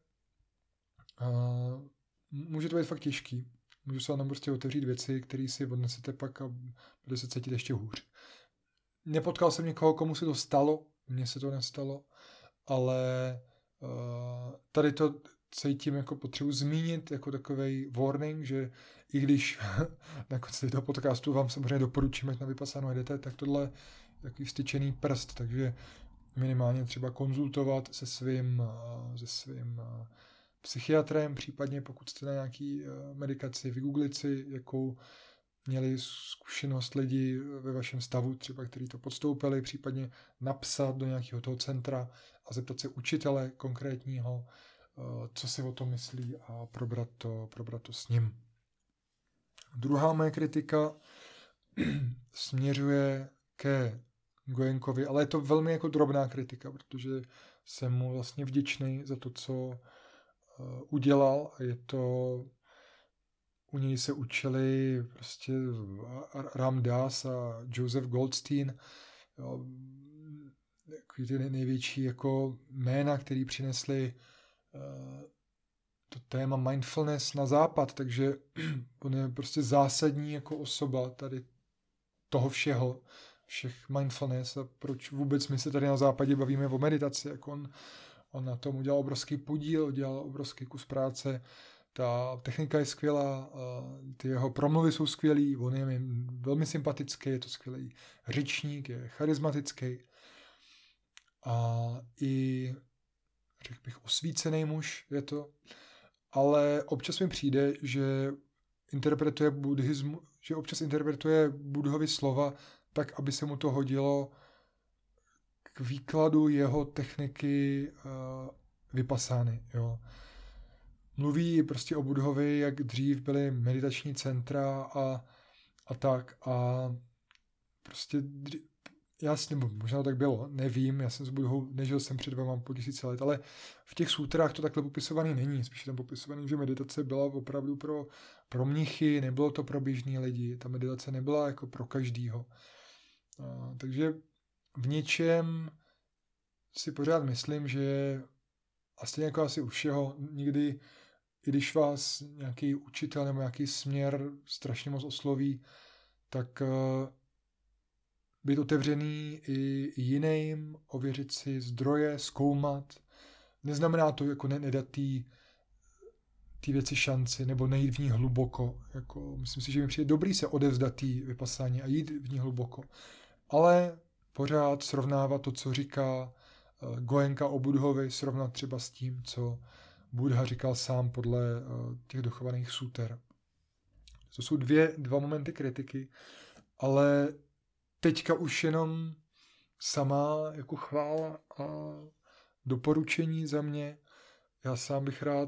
může to být fakt těžký. Můžu se vám prostě otevřít věci, které si odnesete pak a bude se cítit ještě hůř. Nepotkal jsem někoho, komu se to stalo, mně se to nestalo, ale tady to cítím jako potřebu zmínit jako takovej warning, že i když na konci toho podcastu vám samozřejmě doporučím, ať na vypasáno jdete, tak tohle je takový vstyčený prst, takže minimálně třeba konzultovat se svým psychiatrem, případně pokud jste na nějaký medikaci, vygooglit si, jakou měli zkušenost lidi ve vašem stavu, třeba který to podstoupili, případně napsat do nějakého toho centra a zeptat se učitele konkrétního, co si o tom myslí a probrat to s ním. Druhá moje kritika směřuje ke Goenkovi, ale je to velmi jako drobná kritika, protože jsem mu vlastně vděčný za to, co udělal a je to, u něj se učili prostě Ram Dass a Joseph Goldstein, takový ty největší jako jména, který přinesli to téma mindfulness na západ, takže on je prostě zásadní jako osoba tady toho všech mindfulness a proč vůbec my se tady na západě bavíme o meditaci, jako on na tom udělal obrovský podíl, udělal obrovský kus práce, ta technika je skvělá, ty jeho promluvy jsou skvělý, on je mi velmi sympatický, je to skvělý řečník, je charismatický a i, řekl bych, osvícený muž je to, ale občas mi přijde, že občas interpretuje Buddhovy slova tak, aby se mu to hodilo k výkladu jeho techniky vypasány, jo. Mluví prostě o Buddhovi, jak dřív byly meditační centra a tak a prostě nebo možná tak bylo, nevím, já jsem s Buddhou, nežil jsem před 2,5 let, ale v těch sutrách to takhle popisovaný není, spíš tam popisovaný, že meditace byla opravdu pro mnichy, nebylo to pro běžný lidi, ta meditace nebyla jako pro každýho. Takže v něčem si pořád myslím, že a stejně jako asi u všeho, nikdy, i když vás nějaký učitel nebo nějaký směr strašně moc osloví, tak být otevřený i jiným, ověřit si zdroje, zkoumat. Neznamená to jako nedat ty věci šanci nebo nejít v ní hluboko. Jako, myslím si, že mi přijde dobrý se odevzdat tý vypasání a jít v ní hluboko. Ale pořád srovnávat to, co říká Goenka o Buddhovi, srovnat třeba s tím, co Buddha říkal sám podle těch dochovaných suter. To jsou dva momenty kritiky, ale teďka už jenom sama jako chvála a doporučení za mě. Já sám bych rád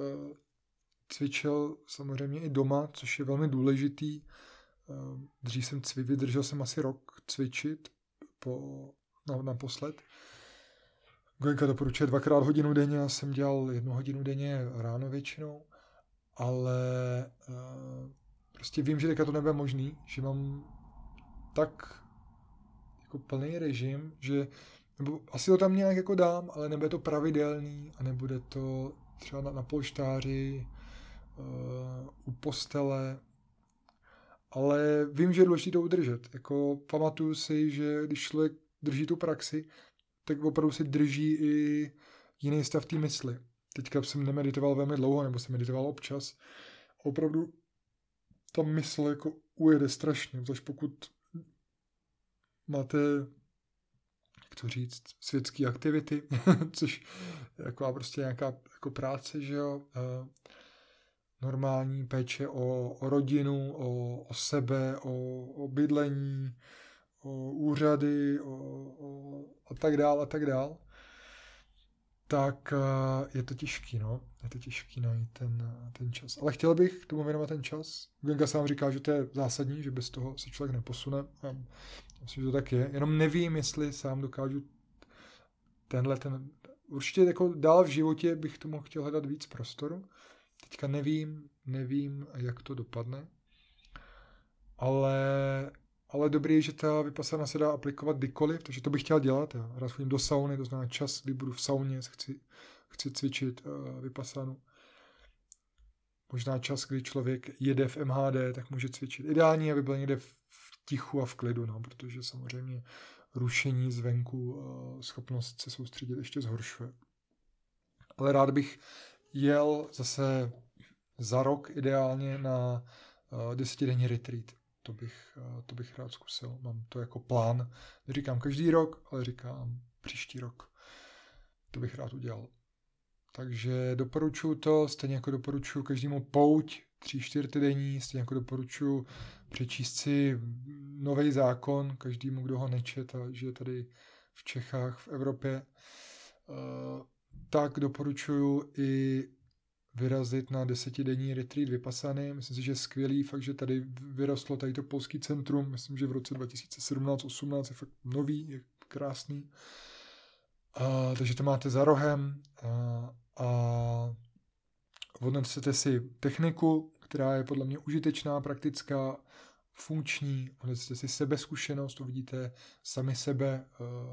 cvičil samozřejmě i doma, což je velmi důležitý. Dřív vydržel jsem asi rok cvičit naposled. Goenka doporučuje 2x hodinu denně, já jsem dělal 1 hodinu denně ráno většinou, ale prostě vím, že teďka to nebude možný, že mám tak jako plný režim, že nebo asi to tam nějak jako dám, ale nebude to pravidelný a nebude to třeba na polštáři, u postele, ale vím, že je důležité to udržet. Jako pamatuju si, že když člověk drží tu praxi, tak opravdu si drží i jiný stav té mysli. Teďka jsem nemeditoval velmi dlouho, nebo jsem meditoval občas. Opravdu ta mysl jako ujede strašně, protože pokud máte, jak to říct, světské aktivity, což je jako prostě nějaká jako práce, že jo, normální péče o rodinu, o sebe, o bydlení, o úřady a tak dál, tak je to těžký, no. Je to těžký najít ten čas. Ale chtěl bych tomu věnovat ten čas. Goenka sám říká, že to je zásadní, že bez toho se člověk neposune. A myslím, že to tak je. Jenom nevím, jestli sám dokážu určitě jako dál v životě bych tomu chtěl hledat víc prostoru. Teďka nevím, jak to dopadne. Ale dobrý je, že ta vypasana se dá aplikovat kdykoliv, takže to bych chtěl dělat. Já rád chodím do sauny, to znamená čas, kdy budu v sauně, chci cvičit vypasanu. Možná čas, kdy člověk jede v MHD, tak může cvičit. Ideální, aby byl někde v tichu a v klidu, no, protože samozřejmě rušení zvenku, schopnost se soustředit ještě zhoršuje. Ale rád bych jel zase za rok ideálně na 10denní retreat. To bych rád zkusil. Mám to jako plán. Neříkám každý rok, ale říkám příští rok. To bych rád udělal. Takže doporučuji to, stejně jako doporučuji každému pouť 3-4 denní, stejně jako doporučuji přečíst si nový zákon, každému, kdo ho nečet a žije tady v Čechách, v Evropě. Tak doporučuji i vyrazit na 10denní retreat vypasany. Myslím si, že je skvělý, fakt, že tady vyrostlo tady to polský centrum. Myslím, že v roce 2017-18 je fakt nový, je krásný. Takže to máte za rohem a odnesete si techniku, která je podle mě užitečná, praktická, funkční. Odnesete si sebezkušenost, uvidíte sami sebe,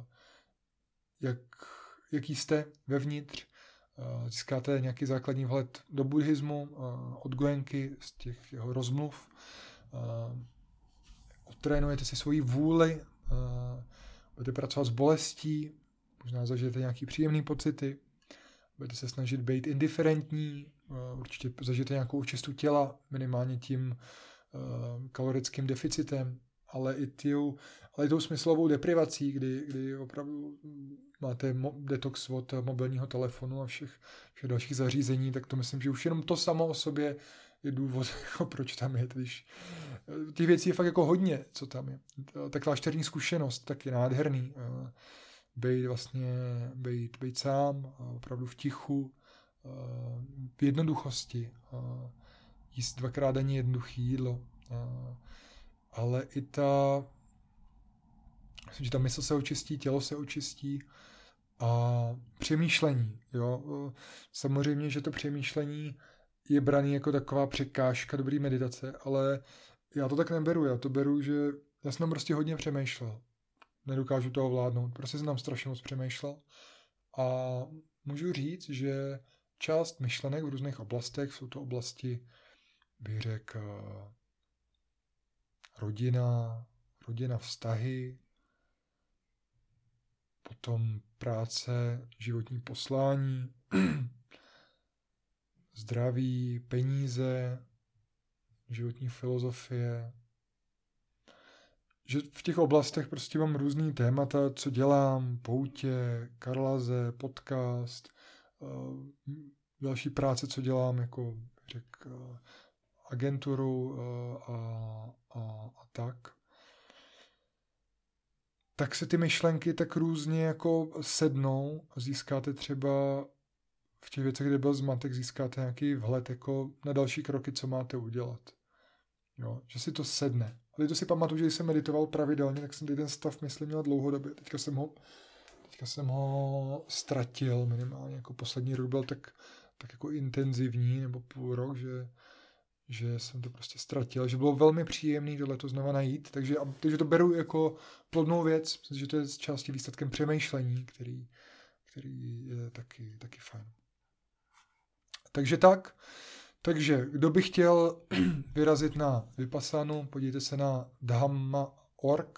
jaký jste vevnitř. Získáte nějaký základní vhled do buddhismu od Goenky, z těch jeho rozmluv. Otrénujete si svoji vůli, budete pracovat s bolestí, možná zažijete nějaký příjemný pocity, budete se snažit být indiferentní, určitě zažijete nějakou očistu těla, minimálně tím kalorickým deficitem, ale i tou smyslovou deprivací, kdy opravdu máte detox od mobilního telefonu a všech dalších zařízení, tak to myslím, že už jenom to samo o sobě je důvod, proč tam je. Když těch věcí je fakt jako hodně, co tam je. Ta klášterní zkušenost tak je nádherný. Být sám, opravdu v tichu, v jednoduchosti, jíst 2krát denně jednoduché jídlo, ale i myslím, že ta mysl se očistí, tělo se očistí a přemýšlení. Jo? Samozřejmě, že to přemýšlení je braný jako taková překážka dobrý meditace, ale já to tak neberu. Já to beru, že já jsem prostě hodně přemýšlel. Nedokážu toho vládnout. Prostě jsem tam strašně moc přemýšlel. A můžu říct, že část myšlenek v různých oblastech, jsou to oblasti, bych řekl, rodina, vztahy, potom práce, životní poslání, zdraví, peníze, životní filozofie. Že v těch oblastech prostě mám různý témata, co dělám, poutě, Karlaze, podcast, další práce, co dělám, jako agenturu a tak. Tak se ty myšlenky tak různě jako sednou a získáte třeba v těch věcech, kde byl zmatek, získáte nějaký vhled jako na další kroky, co máte udělat. Jo, že si to sedne. A teď to si pamatuju, že když jsem meditoval pravidelně, tak jsem ten stav mysli měl dlouhodobě. Teďka jsem ho ztratil minimálně. Jako poslední rok byl tak jako intenzivní, nebo půl rok, že jsem to prostě ztratil. Že bylo velmi příjemný tohleto znova najít. Takže to beru jako plodnou věc. Myslím, že to je z části výsledkem přemýšlení, který je taky fajn. Takže kdo by chtěl vyrazit na Vipassanu, podívejte se na dhamma.org,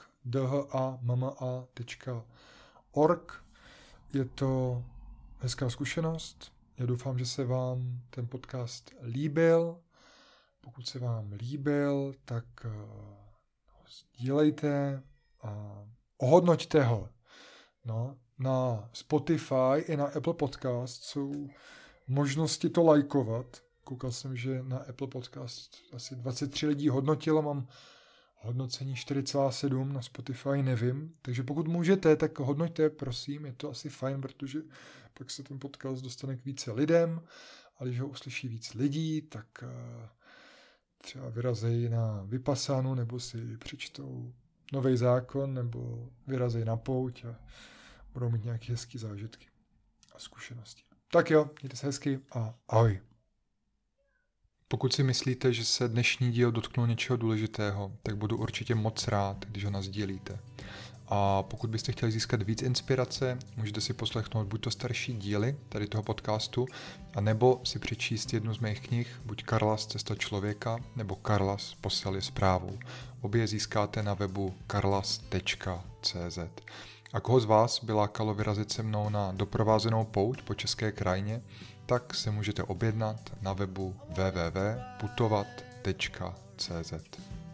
dhamma.org. Je to hezká zkušenost. Já doufám, že se vám ten podcast líbil. Pokud se vám líbil, tak ho sdílejte a ohodnoťte ho. No, na Spotify i na Apple Podcast jsou možnosti to lajkovat. Koukal jsem, že na Apple Podcast asi 23 lidí hodnotilo, mám hodnocení 4,7, na Spotify nevím. Takže pokud můžete, tak hodnoťte, prosím, je to asi fajn, protože pak se ten podcast dostane k více lidem a když ho uslyší víc lidí, tak třeba vyrazejí na Vipassanu nebo si přečtou Nový zákon nebo vyrazejí na pouť a budou mít nějaké hezké zážitky a zkušenosti. Tak jo, mějte se hezky a ahoj. Pokud si myslíte, že se dnešní díl dotknul něčeho důležitého, tak budu určitě moc rád, když ho nasdílíte. A pokud byste chtěli získat víc inspirace, můžete si poslechnout buď to starší díly tady toho podcastu, anebo si přečíst jednu z mých knih, buď Karlas Cesta člověka, nebo Karlas Posel je zprávou. Obě získáte na webu karlas.cz. A koho z vás by lákalo vyrazit se mnou na doprovázenou pouť po české krajině, tak se můžete objednat na webu www.putovat.cz.